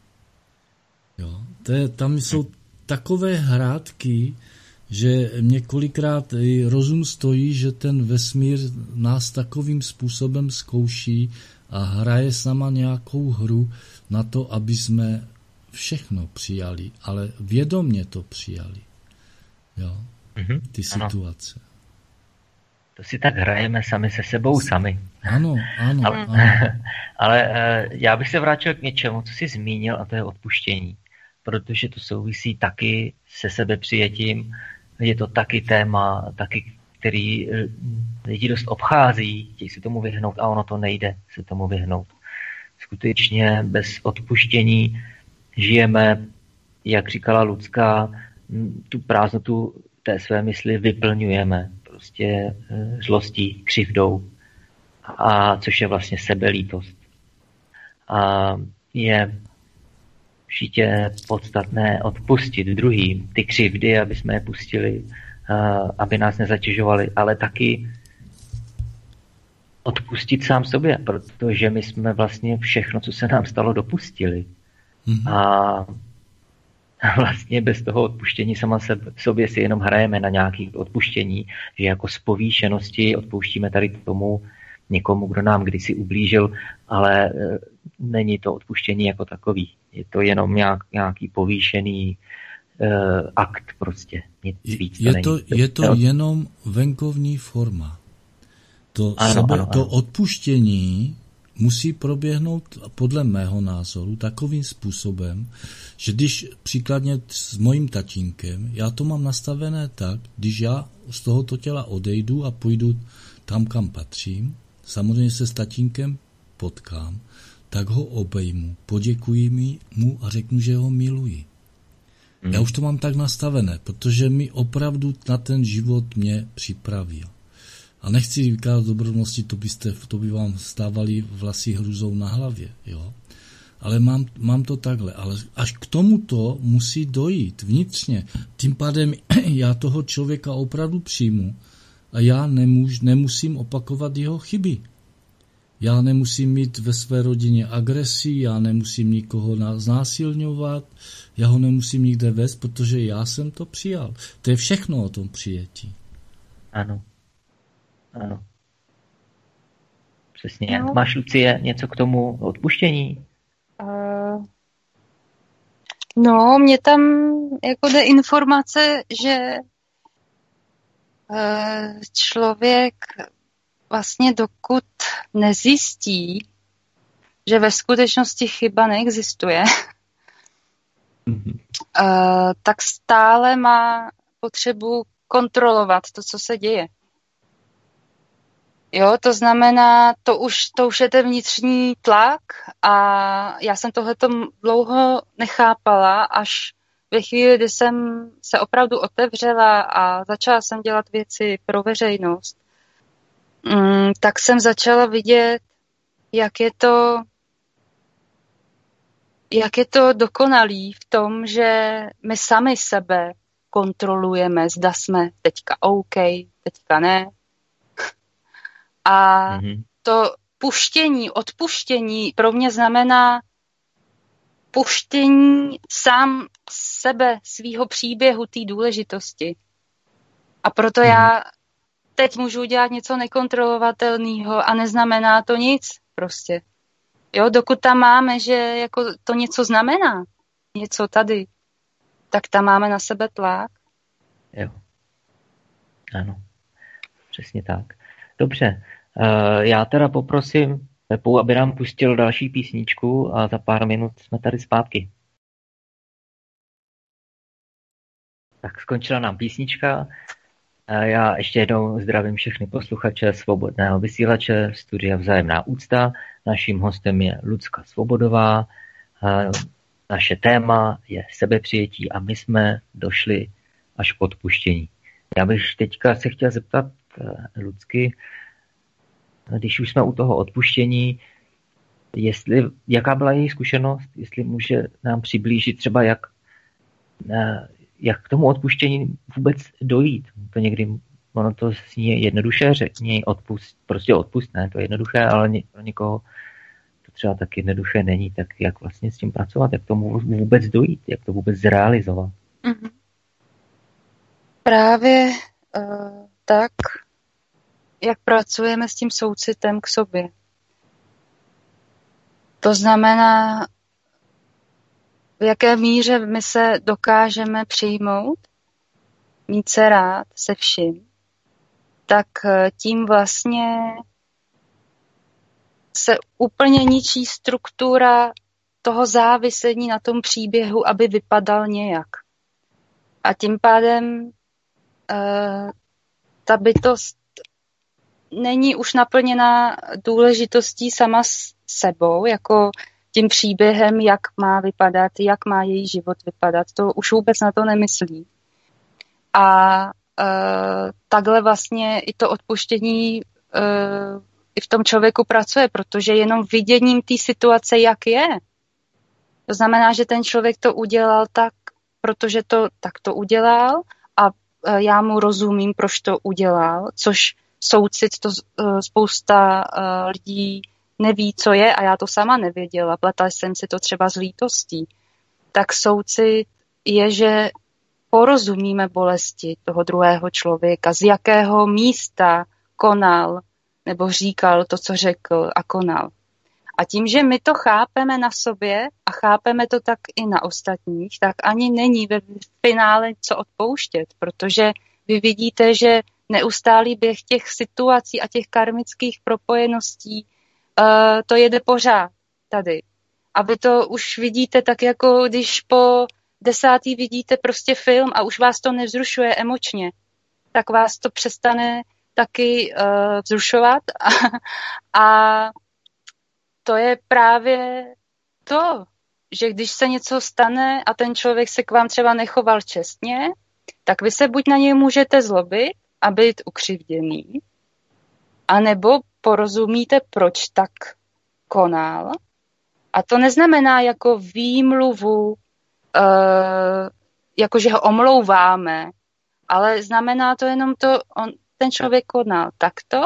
Speaker 4: Jo, to je, tam jsou takové hrátky, že mě kolikrát rozum stojí, že ten vesmír nás takovým způsobem zkouší a hraje s náma nějakou hru na to, aby jsme všechno přijali, ale vědomě to přijali. Jo, mm-hmm. Ty situace.
Speaker 2: Ano. To si tak hrajeme sami se sebou sami.
Speaker 4: Ano, ano.
Speaker 2: Ale,
Speaker 4: ano.
Speaker 2: ale já bych se vrátil k něčemu, co jsi zmínil, a to je odpuštění. Protože to souvisí taky se sebepřijetím. Je to taky téma, taky, který lidi dost obchází, chtějí se tomu vyhnout a ono to nejde se tomu vyhnout. Skutečně bez odpuštění žijeme, jak říkala Lucka, tu prázdnotu té své mysli vyplňujeme prostě zlostí, křivdou, a což je vlastně sebelítost. A je určitě podstatné odpustit druhým ty křivdy, aby jsme je pustili, aby nás nezatěžovali, ale taky odpustit sám sobě, protože my jsme vlastně všechno, co se nám stalo, dopustili. Mm-hmm. A vlastně bez toho odpuštění sama sobě si jenom hrajeme na nějaké odpuštění, že jako z povýšenosti odpouštíme tady tomu někomu, kdo nám kdysi ublížil, ale není to odpuštění jako takový. Je to jenom nějak, nějaký povýšený uh, akt prostě. Nic víc
Speaker 4: je, to, to, je to jenom venkovní forma. To,
Speaker 2: ano,
Speaker 4: sebe,
Speaker 2: ano,
Speaker 4: to
Speaker 2: ano.
Speaker 4: odpuštění musí proběhnout podle mého názoru takovým způsobem, že když příkladně s mojím tatínkem, já to mám nastavené tak, když já z tohoto těla odejdu a půjdu tam, kam patřím, samozřejmě se s tatínkem potkám, tak ho obejmu, poděkuji mu a řeknu, že ho miluji. Hmm. Já už to mám tak nastavené, protože mi opravdu na ten život mě připravil. A nechci vykládat dobrovolnosti, to, byste, to by vám stávali vlasy hrůzou na hlavě, jo. Ale mám, mám to takhle. Ale až k tomuto musí dojít vnitřně. Tím pádem já toho člověka opravdu přijmu a já nemůž, nemusím opakovat jeho chyby. Já nemusím mít ve své rodině agresi, já nemusím nikoho znásilňovat, já ho nemusím nikde vést, protože já jsem to přijal. To je všechno o tom přijetí.
Speaker 2: Ano. Ano. Přesně. No. Máš, Lucie, něco k tomu odpuštění?
Speaker 3: Uh, no, mě tam jako jde informace, že uh, člověk vlastně dokud nezjistí, že ve skutečnosti chyba neexistuje, mm-hmm. uh, tak stále má potřebu kontrolovat to, co se děje. Jo, to znamená, to už, to už je ten vnitřní tlak a já jsem tohleto dlouho nechápala, až ve chvíli, kdy jsem se opravdu otevřela a začala jsem dělat věci pro veřejnost, mm, tak jsem začala vidět, jak je to, jak je to dokonalý v tom, že my sami sebe kontrolujeme, zda jsme teďka OK, teďka ne. A mm-hmm. to puštění, odpuštění pro mě znamená puštění sám sebe, svýho příběhu, té důležitosti. A proto mm-hmm. já teď můžu udělat něco nekontrolovatelného a neznamená to nic prostě. Jo, dokud tam máme, že jako to něco znamená, něco tady, tak tam máme na sebe tlak.
Speaker 2: Jo. Ano. Přesně tak. Dobře. Uh, já teda poprosím Pepu, aby nám pustil další písničku a za pár minut jsme tady zpátky. Tak skončila nám písnička. Uh, já ještě jednou zdravím všechny posluchače Svobodného vysílače, studia Vzájemná úcta. Naším hostem je Lucka Svobodová. Uh, naše téma je sebepřijetí a my jsme došli až k odpuštění. Já bych teďka se chtěl zeptat uh, Lucky, když už jsme u toho odpuštění, jestli, jaká byla její zkušenost, jestli může nám přiblížit třeba, jak, jak k tomu odpuštění vůbec dojít. To někdy, ono to zní jednoduše, řekni odpust, prostě odpust, ne, to je jednoduché, ale pro někoho to třeba tak jednoduché není, tak jak vlastně s tím pracovat, jak tomu vůbec dojít, jak to vůbec zrealizovat. Mm-hmm.
Speaker 3: Právě uh, tak, jak pracujeme s tím soucitem k sobě. To znamená, v jaké míře my se dokážeme přijmout, mít se rád se vším, tak tím vlastně se úplně ničí struktura toho závisení na tom příběhu, aby vypadal nějak. A tím pádem uh, ta bytost není už naplněná důležitostí sama s sebou, jako tím příběhem, jak má vypadat, jak má její život vypadat. To už vůbec na to nemyslí. A e, takhle vlastně i to odpuštění e, i v tom člověku pracuje, protože jenom viděním té situace, jak je. To znamená, že ten člověk to udělal tak, protože to tak to udělal a e, já mu rozumím, proč to udělal, což soucit to uh, spousta uh, lidí neví, co je a já to sama nevěděla. Pletala jsem si to třeba z lítostí. Tak soucit je, že porozumíme bolesti toho druhého člověka, z jakého místa konal nebo říkal to, co řekl a konal. A tím, že my to chápeme na sobě a chápeme to tak i na ostatních, tak ani není ve finále co odpouštět, protože vy vidíte, že neustálý běh těch situací a těch karmických propojeností uh, to jede pořád tady. A vy to už vidíte tak, jako když po desátý vidíte prostě film a už vás to nevzrušuje emočně, tak vás to přestane taky uh, vzrušovat. A, a to je právě to, že když se něco stane a ten člověk se k vám třeba nechoval čestně, tak vy se buď na něj můžete zlobit a být ukřivděný, anebo porozumíte, proč tak konal. A to neznamená jako výmluvu, uh, jako že ho omlouváme, ale znamená to jenom to, on, ten člověk konal takto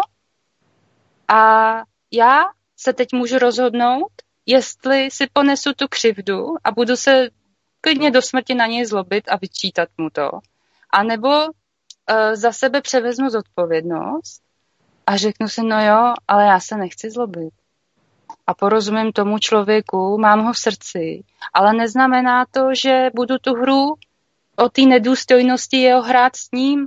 Speaker 3: a já se teď můžu rozhodnout, jestli si ponesu tu křivdu a budu se klidně do smrti na něj zlobit a vyčítat mu to. A nebo uh, za sebe převezmu zodpovědnost a řeknu si, no jo, ale já se nechci zlobit. A porozumím tomu člověku, mám ho v srdci, ale neznamená to, že budu tu hru o té nedůstojnosti jeho hrát s ním.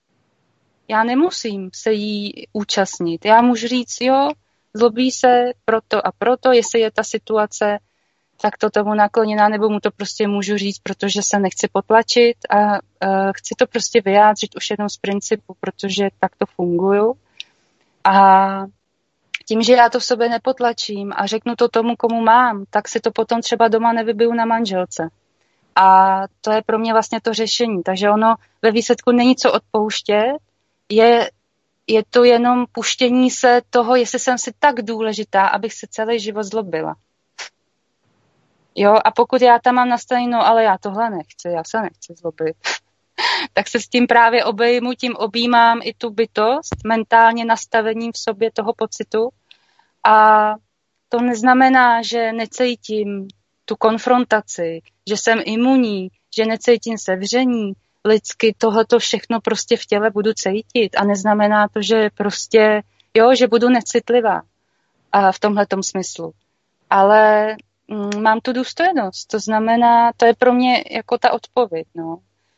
Speaker 3: Já nemusím se jí účastnit. Já můžu říct, jo, zlobí se proto a proto, jestli je ta situace tak to tomu nakloněná, nebo mu to prostě můžu říct, protože se nechci potlačit a uh, chci to prostě vyjádřit už jenom z principu, protože tak to funguju. A tím, že já to v sobě nepotlačím a řeknu to tomu, komu mám, tak si to potom třeba doma nevybiju na manželce. A to je pro mě vlastně to řešení. Takže ono ve výsledku není co odpouštět, je, je to jenom puštění se toho, jestli jsem si tak důležitá, abych se celý život zlobila. Jo, a pokud já tam mám nastavený, no ale já tohle nechci, já se nechci zlobit, tak se s tím právě obejmu, tím objímám i tu bytost, mentálně nastavením v sobě toho pocitu. A to neznamená, že necítím tu konfrontaci, že jsem imunní, že necítím sevření, lidsky tohleto všechno prostě v těle budu cítit a neznamená to, že prostě, jo, že budu necitlivá a v tomhletom smyslu. Ale mm, mám tu důstojnost, to znamená, to je pro mě jako ta odpověď, no.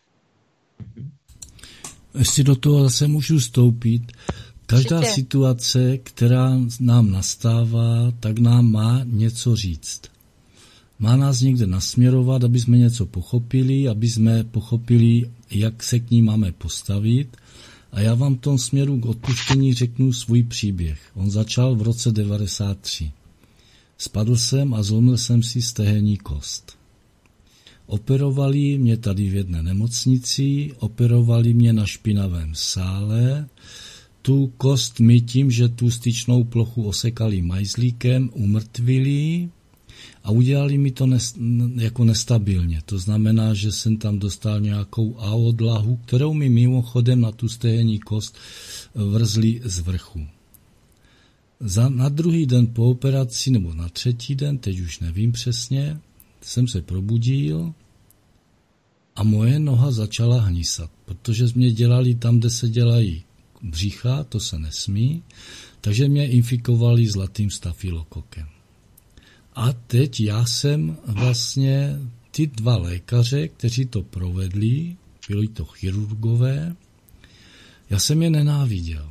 Speaker 4: Jestli do toho zase můžu vstoupit, každá Určitě. Situace, která nám nastává, tak nám má něco říct. Má nás někde nasměrovat, aby jsme něco pochopili, aby jsme pochopili, jak se k ní máme postavit. A já vám v tom směru k odpuštění řeknu svůj příběh. On začal v roce devadesát tři. Spadl jsem a zlomil jsem si stehenní kost. Operovali mě tady v jedné nemocnici, operovali mě na špinavém sále, tu kost mi tím, že tu styčnou plochu osekali majzlíkem, umrtvili a udělali mi to nes, jako nestabilně. To znamená, že jsem tam dostal nějakou aodlahu, kterou mi mimochodem na tu stehenní kost vrzli z vrchu. Za, na druhý den po operaci, nebo na třetí den, teď už nevím přesně, jsem se probudil a moje noha začala hnisat, protože mě dělali tam, kde se dělají břicha, to se nesmí, takže mě infikovali zlatým stafilokokem. A teď já jsem vlastně ty dva lékaře, kteří to provedli, byli to chirurgové, já jsem je nenáviděl.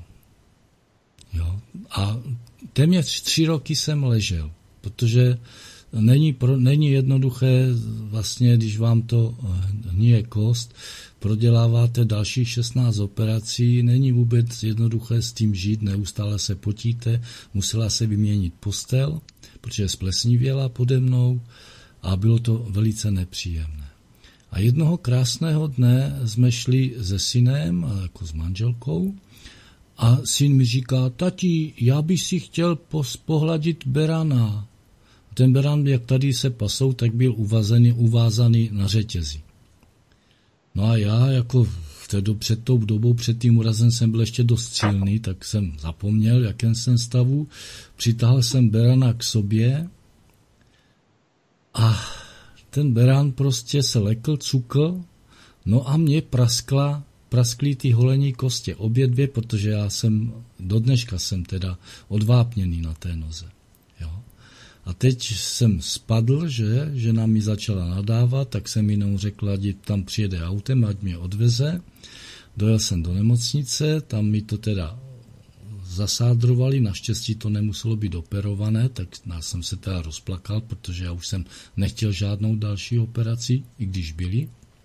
Speaker 4: Jo? A téměř tři roky jsem ležel, protože není, pro, není jednoduché, vlastně, když vám to hníje kost, proděláváte dalších šestnáct operací, není vůbec jednoduché s tím žít, neustále se potíte, musela se vyměnit postel, protože splesnivěla pode mnou a bylo to velice nepříjemné. A jednoho krásného dne jsme šli se synem, jako s manželkou, a syn mi říká, tati, já bych si chtěl pohladit berana. Ten beran, jak tady se pasou, tak byl uvazený, uvázaný na řetězi. No a já, jako v té do, před tou dobou, před tím úrazem jsem byl ještě dost silný, tak jsem zapomněl, jakém jsem stavu. Přitáhl jsem berana k sobě a ten beran prostě se lekl, cukl, no a mě praskla, praskly ty holení kostě, obě dvě, protože já jsem, do dneška jsem teda odvápněný na té noze. Jo. A teď jsem spadl, že žena mi začala nadávat, tak jsem jinou řekla, že tam přijede autem, ať mě odveze. Dojel jsem do nemocnice, tam mi to teda zasádrovali, naštěstí to nemuselo být operované, tak já jsem se teda rozplakal, protože já už jsem nechtěl žádnou další operaci, i když byli.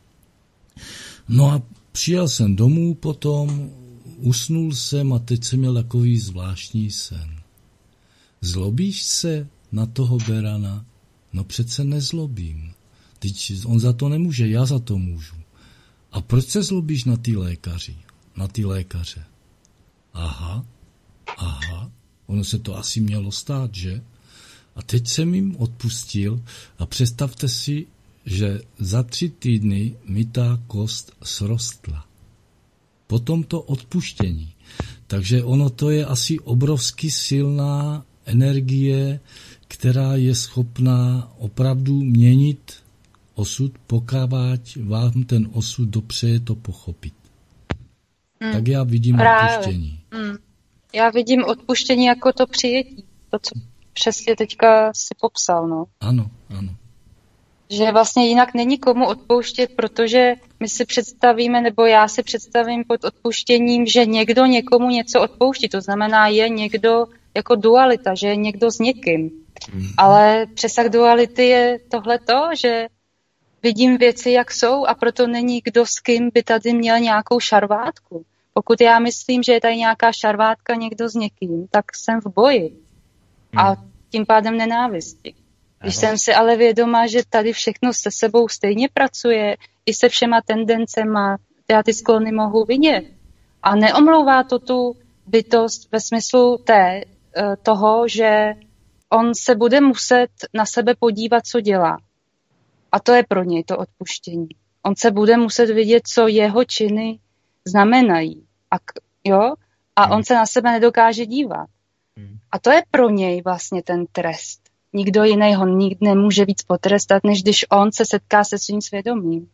Speaker 4: No a přijel jsem domů potom, usnul jsem a teď jsem měl takový zvláštní sen. Zlobíš se na toho berana? No přece nezlobím. Teď on za to nemůže, já za to můžu. A proč se zlobíš na ty lékaři? Na ty lékaře? Aha, aha, ono se to asi mělo stát, že? A teď jsem jim odpustil a představte si, že za tři týdny mi ta kost srostla. Po tomto odpuštění. Takže ono to je asi obrovsky silná energie, která je schopná opravdu měnit osud, pokud vám ten osud dopřeje to pochopit. Hmm. Tak já vidím Právě. odpuštění.
Speaker 3: Hmm. Já vidím odpuštění jako to přijetí. To, co přesně teďka si popsal. No.
Speaker 4: Ano, ano.
Speaker 3: Že vlastně jinak není komu odpouštět, protože my si představíme, nebo já si představím pod odpuštěním, že někdo někomu něco odpouští. To znamená, je někdo jako dualita, že je někdo s někým. Hmm. Ale přesah duality je tohleto, že vidím věci, jak jsou, a proto není kdo s kým by tady měl nějakou šarvátku. Pokud já myslím, že je tady nějaká šarvátka někdo s někým, tak jsem v boji. Hmm. A tím pádem nenávisti. Když jsem si ale vědoma, že tady všechno se sebou stejně pracuje, i se všema tendencema, já ty sklony mohu vidět. A neomlouvá to tu bytost ve smyslu té, toho, že on se bude muset na sebe podívat, co dělá. A to je pro něj to odpuštění. On se bude muset vidět, co jeho činy znamenají. A, k, jo? a hmm. on se na sebe nedokáže dívat. Hmm. A to je pro něj vlastně ten trest. Nikdo jiný ho nikdy nemůže víc potrestat, než když on se setká se svým svědomím.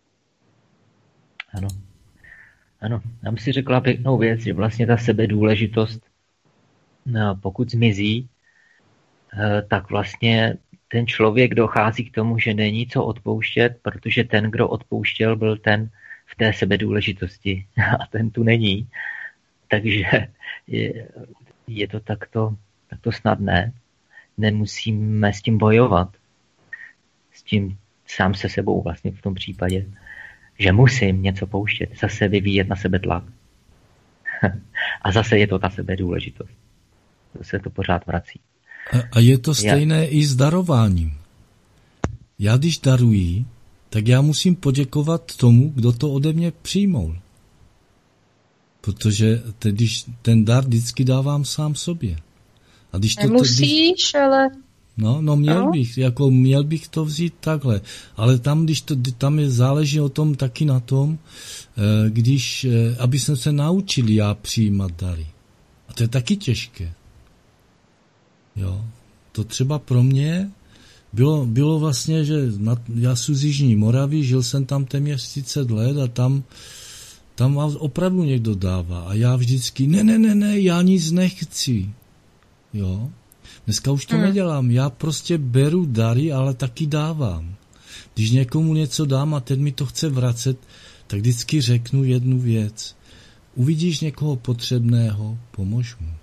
Speaker 2: Ano. Ano. Já bych si řekla pěknou věc, že vlastně ta sebedůležitost, no, pokud zmizí, tak vlastně ten člověk dochází k tomu, že není co odpouštět, protože ten, kdo odpouštěl, byl ten v té sebedůležitosti a ten tu není. Takže je, je to takto, takto snadné. Nemusíme s tím bojovat. S tím sám se sebou vlastně v tom případě, že musím něco pouštět, zase vyvíjet na sebe tlak. A zase je to ta sebedůležitost. To se to pořád vrací.
Speaker 4: A je to stejné já. i s darováním. Já když daruji, tak já musím poděkovat tomu, kdo to ode mě přijmul. Protože te, když ten dar vždycky dávám sám sobě. A když to,
Speaker 3: Nemusíš, když, ale...
Speaker 4: No, no měl no. bych, jako měl bych to vzít takhle. Ale tam, když to, tam je, záleží o tom taky na tom, když, aby jsem se naučil já přijímat dary. A to je taky těžké. Jo, to třeba pro mě bylo, bylo vlastně, že na, já jsem z Jižní Moravy, žil jsem tam téměř třicet let a tam, tam opravdu někdo dává. A já vždycky, ne, ne, ne, ne, já nic nechci. Jo, dneska už to hmm. nedělám, já prostě beru dary, ale taky dávám. Když někomu něco dám a ten mi to chce vracet, tak vždycky řeknu jednu věc. Uvidíš někoho potřebného, pomož mu.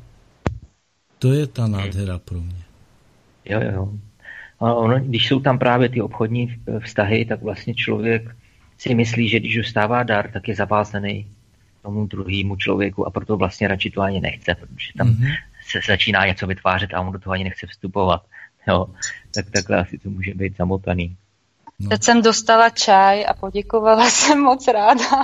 Speaker 4: To je ta nádhera pro mě.
Speaker 2: Jo, jo. A ono, když jsou tam právě ty obchodní vztahy, tak vlastně člověk si myslí, že když dostává dar, tak je zavázaný tomu druhému člověku a proto vlastně radši to ani nechce, protože tam mm-hmm. se začíná něco vytvářet a on do toho ani nechce vstupovat. Jo. Tak takhle asi to může být zamotaný.
Speaker 3: No. Teď jsem dostala čaj a poděkovala jsem moc ráda.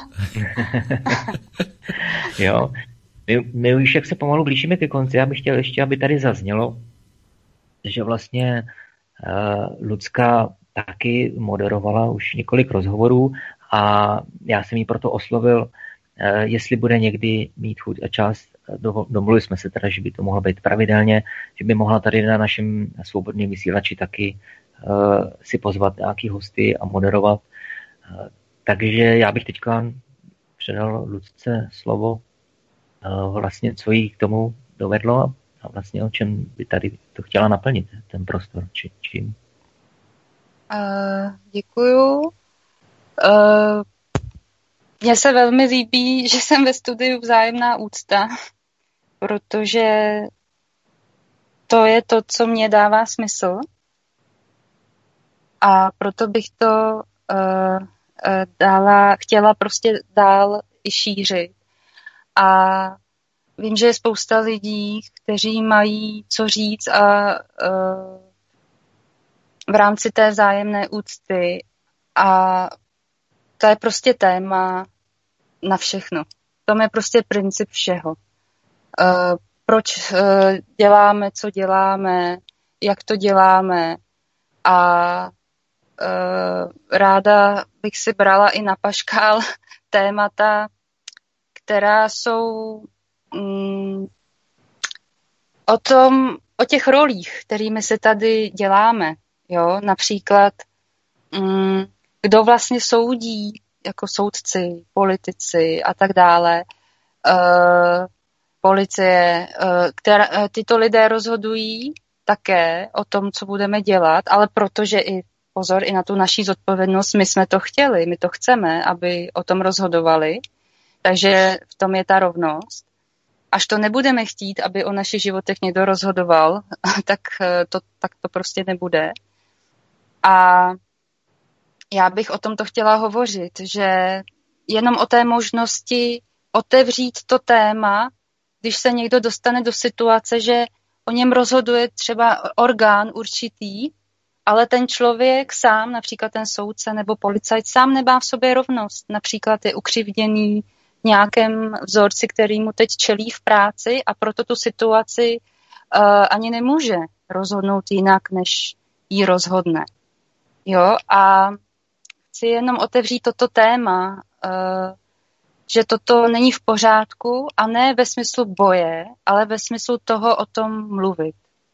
Speaker 2: Jo. My, my už jak se pomalu blížíme ke konci, já bych chtěl ještě, aby tady zaznělo, že vlastně uh, Lucka taky moderovala už několik rozhovorů a já jsem jí proto oslovil, uh, jestli bude někdy mít chuť a čas. Domluvili jsme se teda, že by to mohlo být pravidelně, že by mohla tady na našem svobodném vysílači taky uh, si pozvat nějaký hosty a moderovat. Uh, takže já bych teďka předal Lucce slovo, vlastně, co jí k tomu dovedlo a vlastně o čem by tady to chtěla naplnit, ten prostor. Či, čím?
Speaker 3: Uh, děkuju. Uh, mně se velmi líbí, že jsem ve studiu Vzájemná úcta protože to je to, co mě dává smysl a proto bych to uh, uh, dala, chtěla prostě dál i šířit. A vím, že je spousta lidí, kteří mají co říct a uh, v rámci té vzájemné úcty a to je prostě téma na všechno. To je prostě princip všeho. Uh, proč uh, děláme, co děláme, jak to děláme a uh, ráda bych si brala i na paškál témata, která jsou um, o tom, o těch rolích, kterými se tady děláme. Jo? Například, um, kdo vlastně soudí, jako soudci, politici a tak dále, uh, policie, uh, která, uh, tyto lidé rozhodují také o tom, co budeme dělat, ale protože i, pozor, i na tu naší zodpovědnost, my jsme to chtěli, my to chceme, aby o tom rozhodovali, takže v tom je ta rovnost. Až to nebudeme chtít, aby o našich životech někdo rozhodoval, tak to, tak to prostě nebude. A já bych o tomto chtěla hovořit, že jenom o té možnosti otevřít to téma, když se někdo dostane do situace, že o něm rozhoduje třeba orgán určitý, ale ten člověk sám, například ten soudce nebo policajt, sám nemá v sobě rovnost. Například je ukřivděný v nějakém vzorci, který mu teď čelí v práci a proto tu situaci uh, ani nemůže rozhodnout jinak, než jí rozhodne. Jo, a chci jenom otevřít toto téma, že toto není v pořádku a ne ve smyslu boje, ale ve smyslu toho o tom mluvit.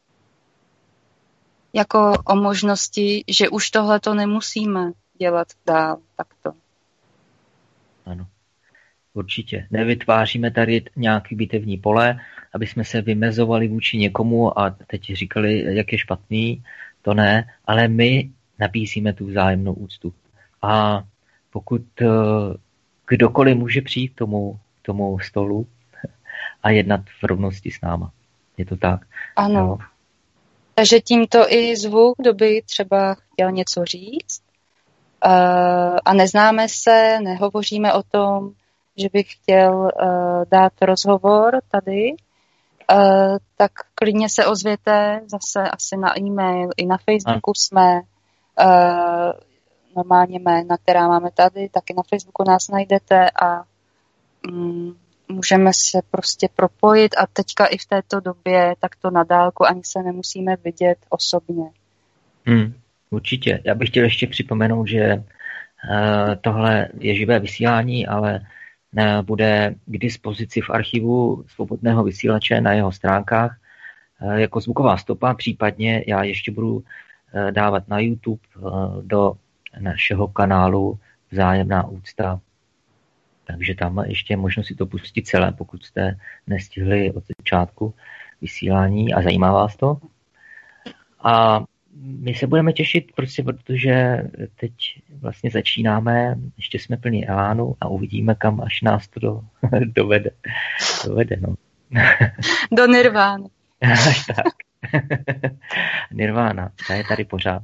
Speaker 3: Jako o možnosti, že už tohleto nemusíme dělat dál takto.
Speaker 2: Ano, určitě. Nevytváříme tady nějaký bitevní pole, aby jsme se vymezovali vůči někomu a teď říkali, jak je špatný, to ne, ale my nabízíme tu vzájemnou úctu. A pokud kdokoliv může přijít k tomu, tomu stolu a jednat v rovnosti s náma. Je to tak?
Speaker 3: Ano.
Speaker 2: No.
Speaker 3: Takže tímto i zvu, kdo by třeba chtěl něco říct uh, a neznáme se, nehovoříme o tom, že bych chtěl uh, dát rozhovor tady, uh, tak klidně se ozvěte zase asi na e-mail, i na Facebooku ano. jsme uh, normálně jména, která máme tady, taky na Facebooku nás najdete a mm, můžeme se prostě propojit a teďka i v této době takto na dálku ani se nemusíme vidět osobně.
Speaker 2: Hmm, určitě. Já bych chtěl ještě připomenout, že uh, tohle je živé vysílání, ale uh, bude k dispozici v archivu Svobodného vysílače na jeho stránkách uh, jako zvuková stopa, případně já ještě budu uh, dávat na YouTube uh, do našeho kanálu Vzájemná úcta. Takže tam ještě je možnost si to pustit celé, pokud jste nestihli od začátku vysílání a zajímá vás to. A my se budeme těšit, prostě, protože teď vlastně začínáme, ještě jsme plní elánu a uvidíme, kam až nás to do, dovede. dovede no.
Speaker 3: Do nirvány.
Speaker 2: Až tak. Nirvána, ta je tady pořád.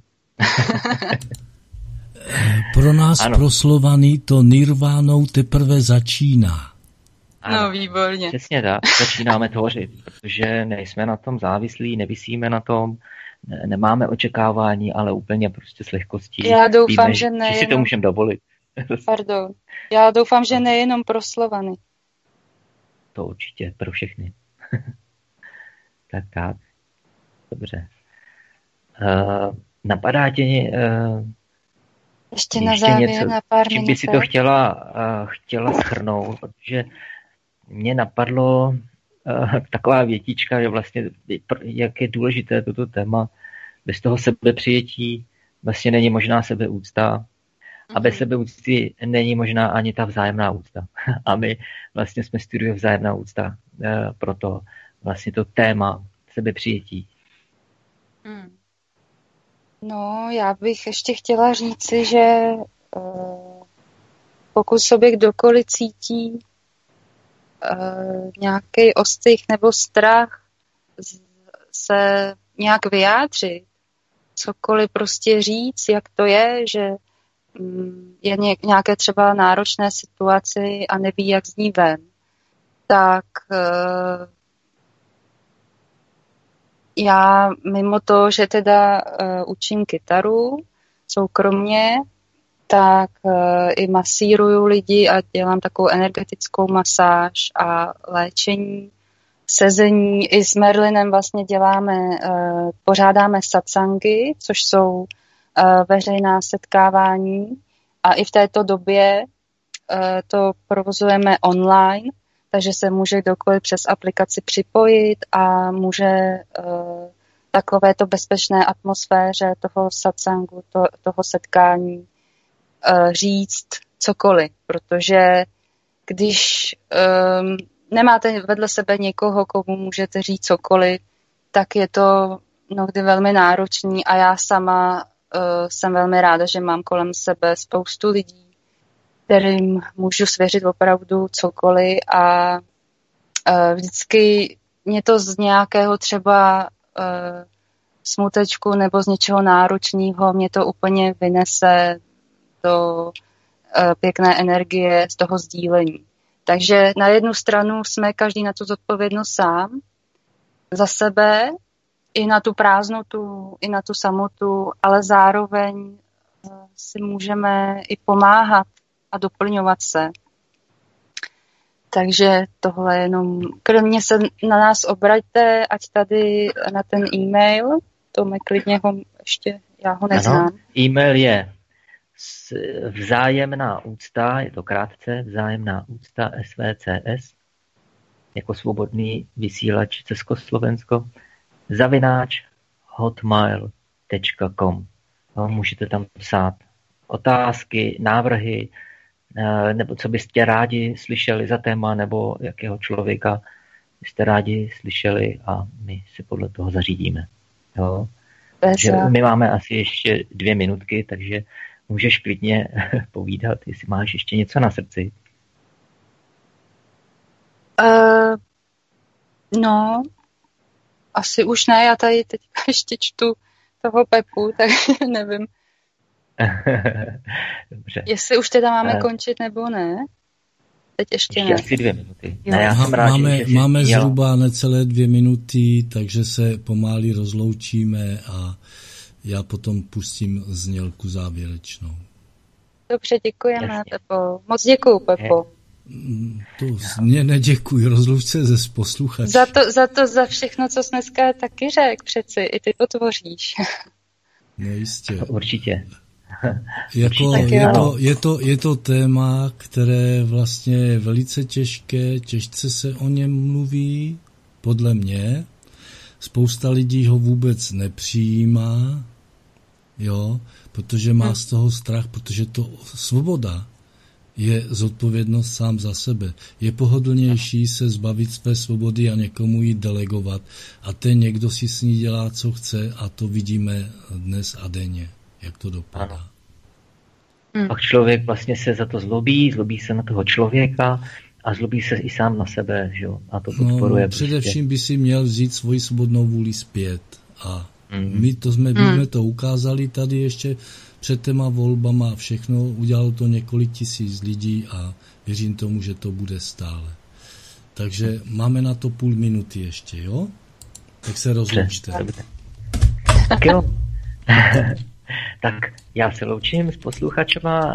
Speaker 4: Pro nás ano. Proslovaný to nirvánou teprve začíná.
Speaker 3: Ano, no, výborně.
Speaker 2: Přesně tak, začínáme tvořit, protože nejsme na tom závislí, nevisíme na tom, ne, nemáme očekávání, ale úplně prostě s lehkostí.
Speaker 3: Já doufám, víme, že
Speaker 2: nejenom... Že si to můžeme dovolit.
Speaker 3: Pardon. Já doufám, že nejenom proslovaný.
Speaker 2: To určitě, pro všechny. tak, tak. Dobře. Uh, napadá tě... Uh,
Speaker 3: Ještě, ještě na závěr, něco, na pár
Speaker 2: čím by si to chtěla, uh, chtěla shrnout, protože mě napadlo uh, taková větička, že vlastně jak je důležité toto téma, bez toho sebepřijetí vlastně není možná sebeúcta mm-hmm. a bez sebeúcty není možná ani ta vzájemná úcta. A my vlastně jsme studiu vzájemná úcta, uh, proto vlastně to téma sebepřijetí.
Speaker 3: Mm. No, já bych ještě chtěla říci, že uh, pokud sobě kdokoliv cítí uh, nějaký ostych nebo strach se nějak vyjádřit, cokoliv prostě říct, jak to je, že um, je nějaké třeba náročné situaci a neví, jak z ní ven, tak uh, já mimo to, že teda uh, učím kytaru soukromně, tak uh, i masíruju lidi a dělám takovou energetickou masáž a léčení, sezení. I s Merlinem vlastně děláme, uh, pořádáme satsangy, což jsou uh, veřejná setkávání a i v této době uh, to provozujeme online, takže se může kdokoliv přes aplikaci připojit a může uh, takovéto bezpečné atmosféře toho satsangu, to, toho setkání uh, říct cokoliv, protože když um, nemáte vedle sebe někoho, komu můžete říct cokoliv, tak je to mnohdy velmi náročný a já sama uh, jsem velmi ráda, že mám kolem sebe spoustu lidí, kterým můžu svěřit opravdu cokoliv a uh, vždycky mě to z nějakého třeba uh, smutečku nebo z něčeho náročného, mě to úplně vynese do uh, pěkné energie z toho sdílení. Takže na jednu stranu jsme každý na tu zodpovědnost sám, za sebe, i na tu prázdnotu, i na tu samotu, ale zároveň uh, si můžeme i pomáhat a doplňovat se. Takže tohle jenom, kromě se na nás obraťte, ať tady na ten e-mail, to mi klidně ho ještě, já ho neznám.
Speaker 2: Ano, e-mail je vzájemná úcta, je to krátce, vzájemná úcta S V C S, jako svobodný vysílač Československo, zavináč hotmail tečka com. No, můžete tam psát otázky, návrhy, nebo co byste rádi slyšeli za téma, nebo jakého člověka byste rádi slyšeli a my se podle toho zařídíme. Jo? Takže my máme asi ještě dvě minutky, takže můžeš klidně povídat, jestli máš ještě něco na srdci.
Speaker 3: Uh, no, asi už ne, já tady teď ještě čtu toho Pepu, tak nevím.
Speaker 2: Dobře.
Speaker 3: Jestli už teda máme uh, končit nebo ne? Teď ještě, ještě
Speaker 2: ne. Asi dvě minuty.
Speaker 3: Ne,
Speaker 2: já jsem rád,
Speaker 4: máme
Speaker 2: že
Speaker 4: máme zhruba necelé dvě minuty, takže se pomalu rozloučíme a já potom pustím znělku závěrečnou.
Speaker 3: Dobře, děkujeme, Jasně. Pepo. Moc děkuju, Pepo.
Speaker 4: To mě neděkuji, rozlouč se s posluchači.
Speaker 3: Za to, za to, za všechno, co jsi dneska taky řekl, přeci, i ty to tvoříš.
Speaker 4: No jistě.
Speaker 2: Určitě.
Speaker 4: Jako, je, to, je, to, je to téma, které vlastně je velice těžké, těžce se o něm mluví, podle mě. Spousta lidí ho vůbec nepřijímá, jo, protože má z toho strach, protože to svoboda je zodpovědnost sám za sebe. Je pohodlnější se zbavit své svobody a někomu ji delegovat a ten někdo si s ní dělá, co chce a to vidíme dnes a denně, jak to dopadá.
Speaker 2: Hmm. Pak člověk vlastně se za to zlobí, zlobí se na toho člověka a zlobí se i sám na sebe, že jo? A to podporuje.
Speaker 4: No, především prostě. By si měl vzít svoji svobodnou vůli zpět a
Speaker 2: hmm.
Speaker 4: my to jsme, hmm. jsme to ukázali tady ještě před těma volbama, všechno, udělalo to několik tisíc lidí a věřím tomu, že to bude stále. Takže máme na to půl minuty ještě, jo? Tak se rozloučte.
Speaker 2: Tak jo. Tak já se loučím s posluchačema.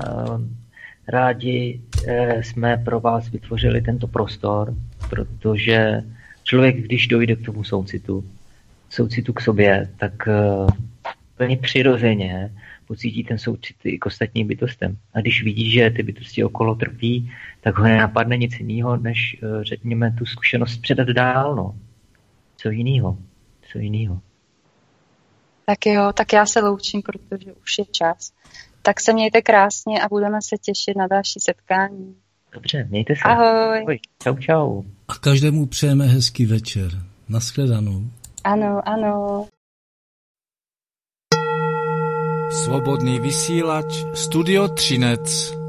Speaker 2: Rádi jsme pro vás vytvořili tento prostor, protože člověk, když dojde k tomu soucitu, soucitu k sobě, tak plně přirozeně pocítí ten soucit i k ostatním bytostem. A když vidí, že ty bytosti okolo trpí, tak ho nenapadne nic jiného, než řekněme tu zkušenost předat dál. No. Co jiného? Co jiného?
Speaker 3: Tak jo, tak já se loučím, protože už je čas. Tak se mějte krásně a budeme se těšit na další setkání.
Speaker 2: Dobře, mějte se.
Speaker 3: Ahoj.
Speaker 2: Ahoj. Čau, čau.
Speaker 4: A každému přejeme hezký večer. Nashledanou.
Speaker 3: Ano, ano.
Speaker 4: Svobodný vysílač Studio Třinec.